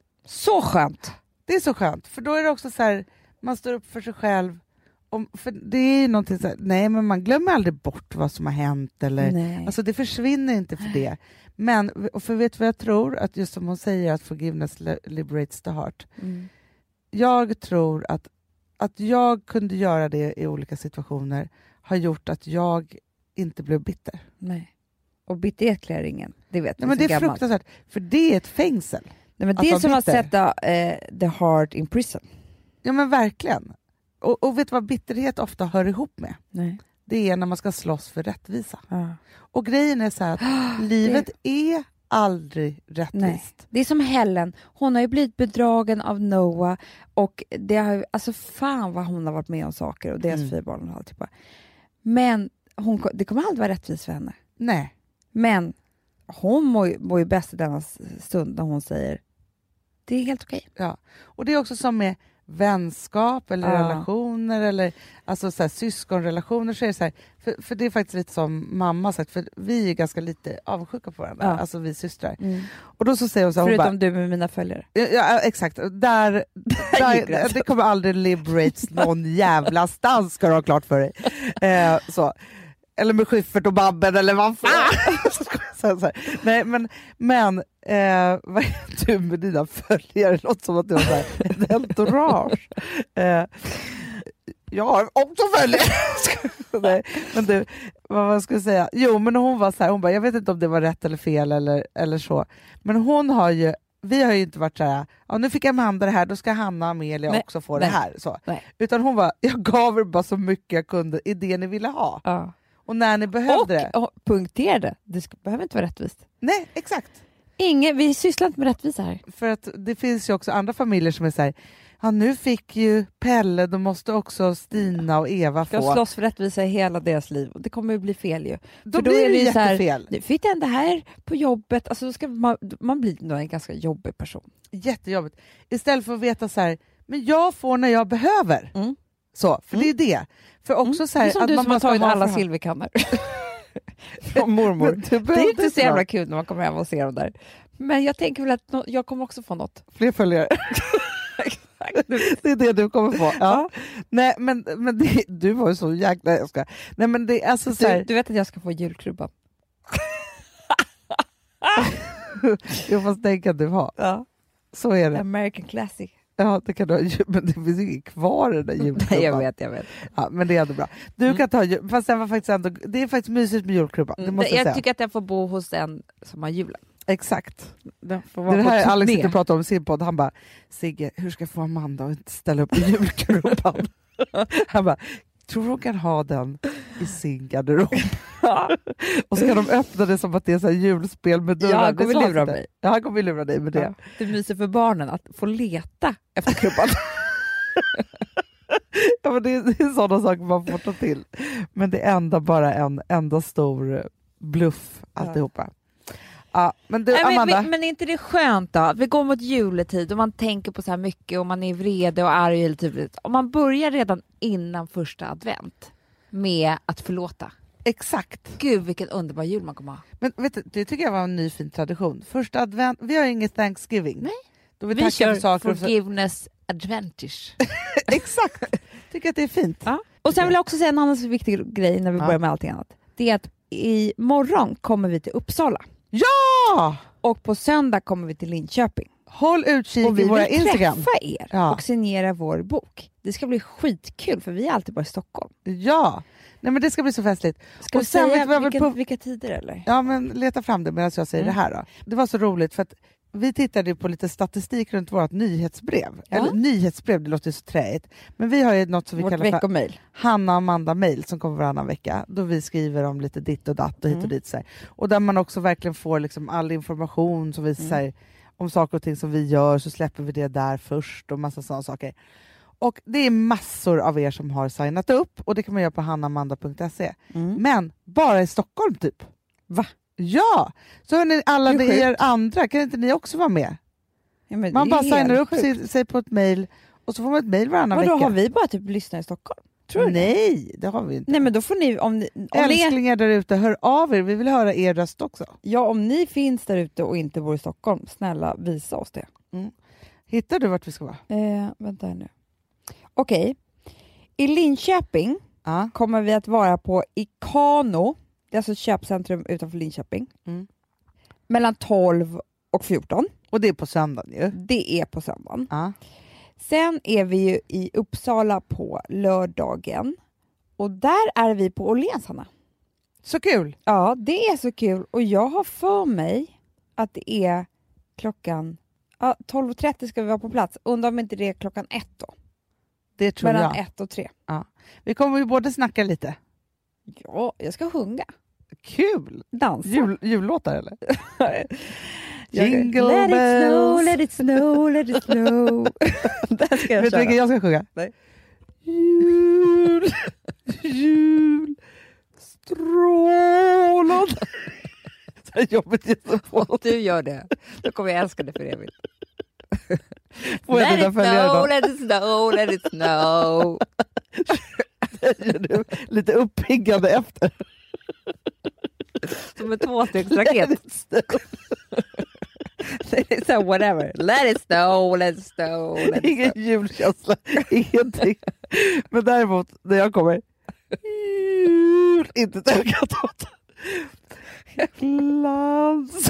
Så skönt! Det är så skönt. För då är det också så här, man står upp för sig själv. Om, för det är ju någonting så här, nej men man glömmer aldrig bort vad som har hänt. Eller, nej. Alltså det försvinner inte för det. Men, och för vet du vad jag tror? Att just som hon säger att forgiveness liberates the heart. Mm. Jag tror att att jag kunde göra det i olika situationer har gjort att jag inte blev bitter. Nej. Och bitterhet klär ingen. Det vet Nej, men det är gammalt. fruktansvärt. För det är ett fängsel. Nej, men det är som bitter. Att sätta eh, the heart in prison. Ja men verkligen. Och, och vet du vad bitterhet ofta hör ihop med? Nej. Det är när man ska slåss för rättvisa. Ja. Och grejen är så här att livet det... är aldrig rättvist. Nej. Det är som Helen. Hon har ju blivit bedragen av Noah och det har alltså fan vad hon har varit med om saker och deras mm. fyra barn och allt typ. Men hon, det kommer aldrig vara rättvist för henne. Nej. Men hon mår, mår ju bäst i denna stund när hon säger det är helt okej. Ja. Och det är också som med vänskap eller ja. relationer eller alltså så här, syskonrelationer så är det så här, för, för det är faktiskt lite som mamma sagt, för vi är ganska lite avundsjuka på varandra, ja. Alltså vi systrar. Mm. Och då så säger hon så här, förutom hon bara, du med mina följare. Ja, ja exakt, där, där det kommer aldrig liberates någon jävla stans ska du ha klart för dig. Eh, så. Eller med Schyffert och Babben eller vad fan. så, så Nej men, men eh, vad är du med dina följare? Det låter som att du har så här, ett entourage. Eh, jag har också följare. Nej, men du, vad man skulle säga? Jo men hon var så här, hon bara, jag vet inte om det var rätt eller fel eller, eller så. Men hon har ju, vi har ju inte varit så här, ja, nu fick Amanda det här, då ska Hanna och Amelia nej, också få nej, det här. Så. Utan hon var, jag gav er bara så mycket jag kunde i det ni ville ha. Ja. Och när ni behövde och, det. Och punkterade. Det ska, behöver inte vara rättvist. Nej, exakt. Ingen, vi sysslar inte med rättvisa här. För att det finns ju också andra familjer som är så här, ja nu fick ju Pelle, då måste också Stina och Eva ska få. Ska slåss för rättvisa i hela deras liv. Och det kommer ju bli fel ju. Då, för blir då är det, det jättefel. Så här, nu fick den det här på jobbet. Alltså då ska man, man blir nog en ganska jobbig person. Jättejobbigt. Istället för att veta så här, men jag får när jag behöver. Mm. Så, för mm. det är det. För också mm. så här, det är som att du man som har tagit alla silverkannor. Från mormor. Det är inte så jävla kul när man kommer hem och ser dem där. Men jag tänker väl att no- jag kommer också få något. Fler följare. Det är det du kommer få. Ja. Nej, men, men det, du var ju så jäkla... Jag ska. Nej, men det är alltså så här... du, du vet att jag ska få julkrubban. Jag får tänka att du har. Ja. Så är det. American Classic. Ja, det kan du, men det finns inget kvar i den där julkrubban. Nej, jag vet, jag vet. Ja, men det är ändå bra. Du mm. kan ta, fast den var faktiskt ändå, det är faktiskt mysigt med julkrubban. Det måste jag jag säga. tycker att jag får bo hos en som har julen. Exakt. Det, det är det här Alex inte pratar om i sin podd. Han bara, Sigge, hur ska jag få Amanda att inte ställa upp i julkrubban? Han bara, tror hon kan ha den i sin garderob? Och så kan de öppna det som att det är så här julspel med dörrar. Ja, han kommer lura mig. Ja, han kommer lura dig med det. Ja. Det är mysigt för barnen att få leta efter krubban. Ja, men det, är, det är sådana saker man får ta till. Men det är ändå bara en enda stor bluff alltihopa. Ja, men du, Nej, Amanda. Men, men, men är inte det skönt då? Vi går mot juletid och man tänker på så här mycket och man är vrede och arg hela tiden. Om man börjar redan innan första advent med att förlåta. Exakt. Gud, vilken underbar jul man kommer ha. Men vet du, det tycker jag var en ny fin tradition. Första advent, vi har inget Thanksgiving. Nej. Då vi, Vi tackar kör för saker forgiveness advantage. Exakt. Tycker att det är fint. Ja. Och sen vill jag också säga en annan så viktig grej när vi Ja. börjar med allting annat. Det är att i morgon kommer vi till Uppsala. Ja! Och på söndag kommer vi till Linköping. Håll utkik Och vi i våra vill Instagram. träffa er Ja. och signera vår bok. Det ska bli skitkul för vi är alltid bara i Stockholm. Ja. Nej, men det ska bli så festligt. Ska Och vi sen säga vet vi väl vilken, på- vilka tider eller? Ja, men leta fram det medan jag säger Mm. det här då. Det var så roligt för att vi tittade ju på lite statistik runt vårt nyhetsbrev. Ja. Eller nyhetsbrev, det låter ju så träigt. Men vi har ju något som vi Vårt kallar för veckomail. Hanna och Amanda mail som kommer varannan vecka. Då vi skriver om lite ditt och datt och hit och Mm. dit. Så här. Och där man också verkligen får liksom all information som vi Mm. säger om saker och ting som vi gör, så släpper vi det där först och massa sådana saker. Och det är massor av er som har signat upp och det kan man göra på hanna amanda punkt se. Mm. Men bara i Stockholm typ. Va? Ja! Så hörni, alla Det är ni er sjukt. andra, kan inte ni också vara med? Ja, men Man det är bara signar helt upp sjukt. sig, sig på ett mejl och så får man ett mejl varannan Vadå, vecka. har vi bara typ lyssnat i Stockholm? Tror du det? Nej, det har vi inte. Nej, men då får ni, om ni, om ni, Älsklingar där ute, hör av er. Vi vill höra er röst också. ja, om ni finns där ute och inte bor i Stockholm, snälla visa oss det. Hittar du vart vi ska vara? Eh, vänta här nu. Okej. I Linköping Ja. kommer vi att vara på Ikano. Det är alltså ett köpcentrum utanför Linköping. Mm. Mellan tolv och fjorton. Och det är på söndagen ju. Det är på söndagen. Ja. Sen är vi ju i Uppsala på lördagen. Och där är vi på Åhléns, Hanna. Så kul! Ja, det är så kul. Och jag har för mig att det är klockan ja, tolv och trettio ska vi vara på plats. Undrar om inte det är klockan ett då. Det tror Mellan jag. ett och tre. Vi kommer ju både snacka lite. Ja, jag ska sjunga. Kul! Dansa. Jul, jullåtar eller? Jag- Jingle let bells. it snow, let it snow, let it snow. Där ska jag Vet du köra. vilken jag ska sjunga? Nej. Jul, jul, strålande. Så här jobbigt jättepå. Du gör det. Då kommer jag älska det för evigt. Får jag Let dina it följare snow, då? let it snow, let it snow. Säger du lite uppiggande efter. Som en tvåstegsraket. Så whatever. Let it snow, let it snow, let it Ingen snow. julkänsla, ingenting. Men däremot, när jag kommer... Jul, inte Delgatot. Glans.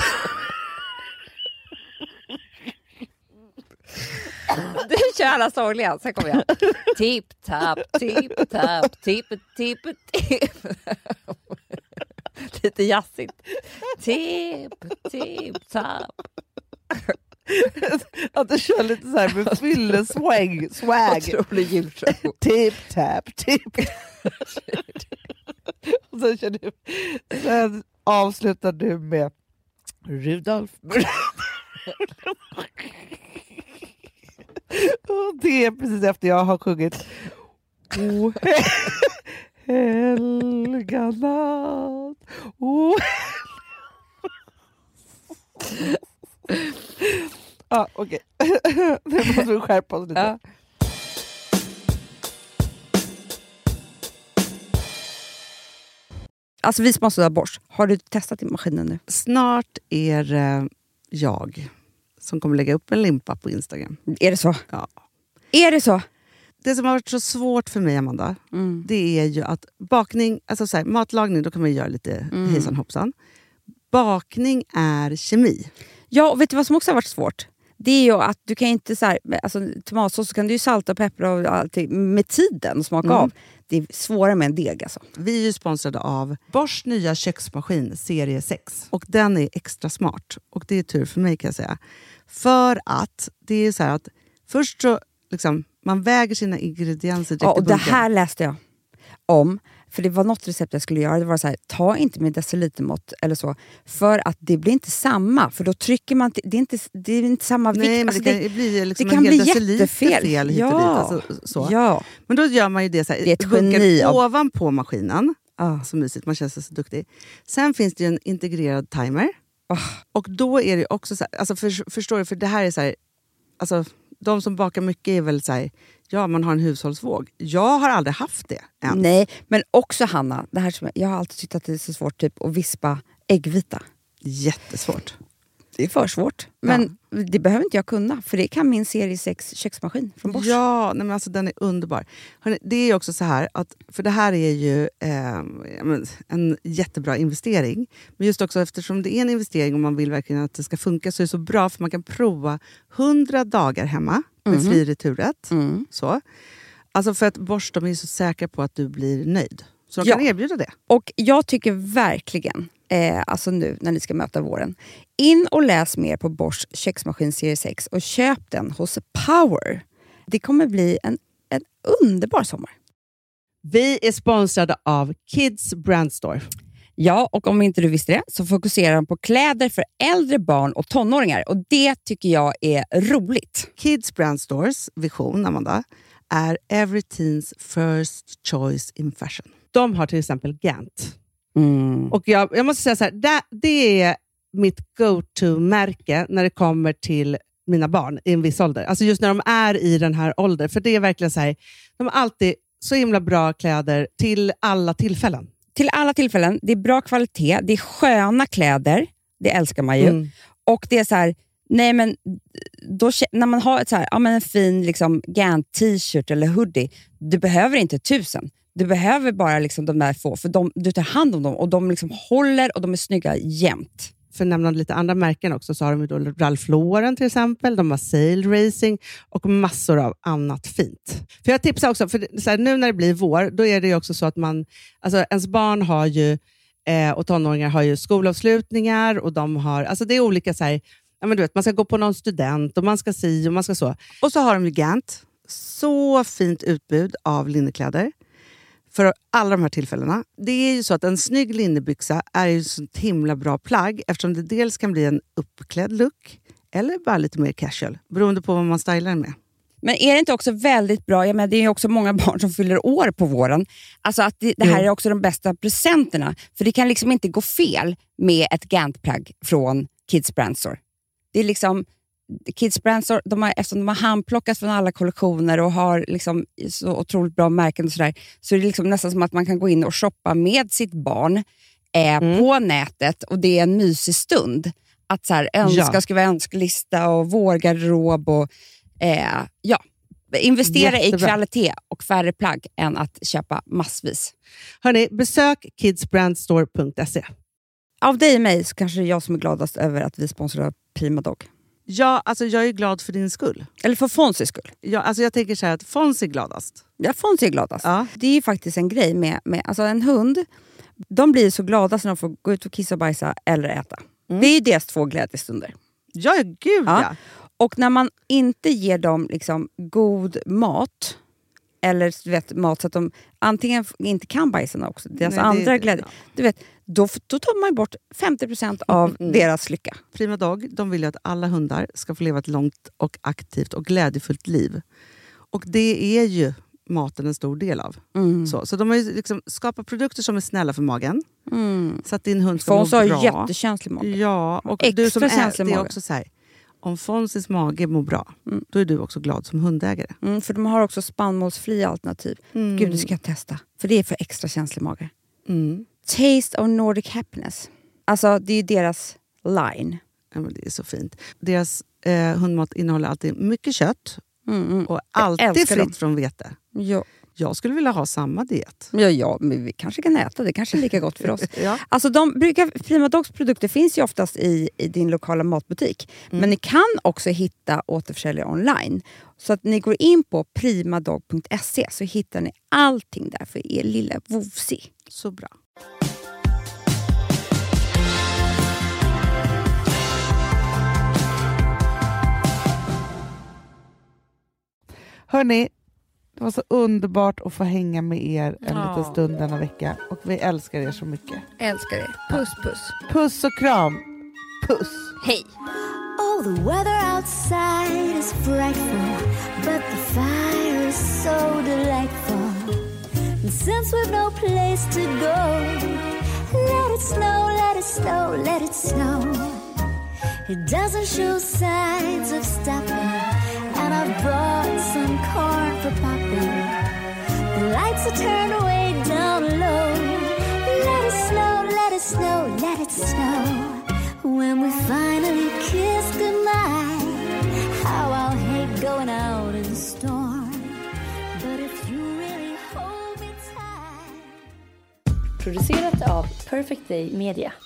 Du kör alla sångliga, sen kommer jag. Tip tap, tip tap, tip tip tip. Lite jazzigt. Tip tip tap. Att du kör lite så här med fylleswag. Swag. Otrolig julshow. Tip, tap, tip. Och sen kör du... Sen avslutar du med Rudolf. Och det är precis efter jag har sjungit O helga natt. O Ja, okej. Nu måste vi skärpa oss lite. Ja. Alltså vi sponsrar Bosch. Har du testat i maskinen nu? Snart är eh, jag som kommer lägga upp en limpa på Instagram. Är det så? Ja. Är det så? Det som har varit så svårt för mig, Amanda, Mm. det är ju att bakning, alltså så här, matlagning, då kan man ju göra lite Mm. hejsan hoppsan. Bakning är kemi. Ja, och vet du vad som också har varit svårt? Det är ju att du kan inte så här, alltså tomatsås så kan du ju salta och peppra och allting med tiden och smaka Mm. av. Det är svårare med en deg alltså. Vi är ju sponsrade av Bosch nya köksmaskin serie sex. Och den är extra smart. Och det är tur för mig kan jag säga. För att det är så här att först så liksom, man väger sina ingredienser direkt Ja, i och det bunken. här läste jag om. För det var något recept jag skulle göra. Det var så här, ta inte med decilitermått eller så. För att det blir inte samma. För då trycker man... Det är inte, det är inte samma vikt. Nej, men Alltså, det det, kan bli liksom det kan en hel bli deciliter jättefel. fel hit och Ja. dit. Alltså, så. ja. Men då gör man ju det så här, Det är ett bunkar geni av- ovanpå maskinen. Ah. Så mysigt, man känns så duktig. Sen finns det ju en integrerad timer. Ah. Och då är det också så här, alltså för, förstår du, för det här är så här, alltså de som bakar mycket är väl så här, ja, man har en hushållsvåg. Jag har aldrig haft det än. Nej, men också Hanna, det här som jag, jag har alltid tyckt att det är så svårt typ att vispa äggvita. Jättesvårt. Det är för svårt. Men ja. Det behöver inte jag kunna, för det kan min serie sex köksmaskin från Bosch. Ja, nej men alltså den är underbar. Hörrni, det är också så här, att, för det här är ju eh, en jättebra investering. Men just också eftersom det är en investering och man vill verkligen att det ska funka, så är det så bra, för man kan prova hundra dagar hemma med mm. fri returrätt. Mm. Så. Alltså för att Bosch, de är så säkra på att du blir nöjd. Så de ja. kan erbjuda det. Och jag tycker verkligen, eh, alltså nu när ni ska möta våren, in och läs mer på Bosch köksmaskin serie sex och köp den hos Power. Det kommer bli en, en underbar sommar. Vi är sponsrade av Kids Brand Store. Ja, och om inte du visste det så fokuserar de på kläder för äldre barn och tonåringar. Och det tycker jag är roligt. Kids Brand Stores vision, Amanda, är every teens first choice in fashion. De har till exempel Gant. Mm. Och jag, jag måste säga så här, det, det är mitt go-to-märke när det kommer till mina barn i en viss ålder. Alltså just när de är i den här åldern. För det är verkligen så här, de har alltid så himla bra kläder till alla tillfällen. Till alla tillfällen. Det är bra kvalitet. Det är sköna kläder. Det älskar man ju. Mm. Och det är så här, nej men då, när man har ett så här, ja, men en fin liksom, Gant t-shirt eller hoodie, du behöver inte tusen. Du behöver bara liksom de där få, för de, du tar hand om dem och de liksom håller och de är snygga jämt. För att nämna lite andra märken också, så har de ju då Ralph Lauren till exempel, de har Sail Racing och massor av annat fint. För jag tipsar också, för så här, nu när det blir vår, då är det ju också så att man, alltså ens barn har ju, eh, och tonåringar har ju skolavslutningar och de har, alltså det är olika så här, ja men du vet, man ska gå på någon student och man ska si och man ska så. Och så har de ju Gant, så fint utbud av linnekläder. För alla de här tillfällena. Det är ju så att en snygg linnebyxa är ju så himla bra plagg, eftersom det dels kan bli en uppklädd look eller bara lite mer casual, beroende på vad man stylar med. Men är det inte också väldigt bra, jag menar, det är ju också många barn som fyller år på våren, alltså att det, det här mm. är också de bästa presenterna, för det kan liksom inte gå fel med ett Gant-plagg från Kids Brand Store. Det är liksom Kids Brand Store, de har, eftersom de har handplockat från alla kollektioner och har liksom så otroligt bra märken och sådär, så är det liksom nästan som att man kan gå in och shoppa med sitt barn eh, mm. på nätet, och det är en mysig stund att så här, önska, ja. skriva önskelista och vårgarderob och eh, ja, investera Jättebra. i kvalitet och färre plagg än att köpa massvis. Hörrni, besök kids brand store punkt se. Av dig och mig så kanske det är jag som är gladast över att vi sponsrar Prima Dog. Ja, alltså jag är glad för din skull. Eller för Fonzys skull. Ja, alltså jag tänker så här att Fonzie är gladast. Ja, Fonzie är gladast. Ja. Det är ju faktiskt en grej med, med alltså en hund. De blir så glada när de får gå ut och kissa och bajsa eller äta. Mm. Det är ju deras två glädjestunder. Ja, gud ja. ja. Och när man inte ger dem liksom god mat, eller du vet, mat så att de antingen inte kan bajsa också, deras Nej, andra det, glädje. Ja. Du vet, då, då tar man ju bort femtio procent av mm. deras lycka. Prima Dog, de vill ju att alla hundar ska få leva ett långt och aktivt och glädjefullt liv. Och det är ju maten en stor del av. Mm. Så, så de har ju liksom skapat produkter som är snälla för magen. Mm. Så att din hund ska må bra. Fons har jättekänslig mage. Ja, och Extra du som är, det är också så här, om Fonzys mage mår bra, mm. då är du också glad som hundägare. Mm, för de har också spannmålsfria alternativ. Mm. Gud, det ska jag testa. För det är för extra känslig mage. Mm. Taste of Nordic Happiness. Alltså, det är ju deras line. Ja, men det är så fint. Deras eh, hundmat innehåller alltid mycket kött. Mm, mm. Och alltid fritt dem. från vete. Ja. Jag skulle vilja ha samma diet. Ja, ja, men vi kanske kan äta. Det kanske är lika gott för oss. ja. Alltså, de brukar, Prima Dogs produkter finns ju oftast i, i din lokala matbutik. Mm. Men ni kan också hitta återförsäljare online. Så att ni går in på primadog punkt se så hittar ni allting där för er lilla vovsi. Så bra. Hörrni, det var så underbart att få hänga med er en ja. liten stund denna vecka. Och vi älskar er så mycket. Älskar er. Puss, puss. Puss och kram. Puss. Hej. Oh, the weather outside is frightful, but the fire is so delightful. And since we've no place to go, let it snow, let it snow, let it snow. It doesn't show signs of stopping And I've brought some corn for popping. The lights are turned way down low. Let it snow, let it snow, let it snow. When we finally kiss goodnight, how I'll hate going out in the storm. But if you really hold me tight. Producerat av Perfect Day Media.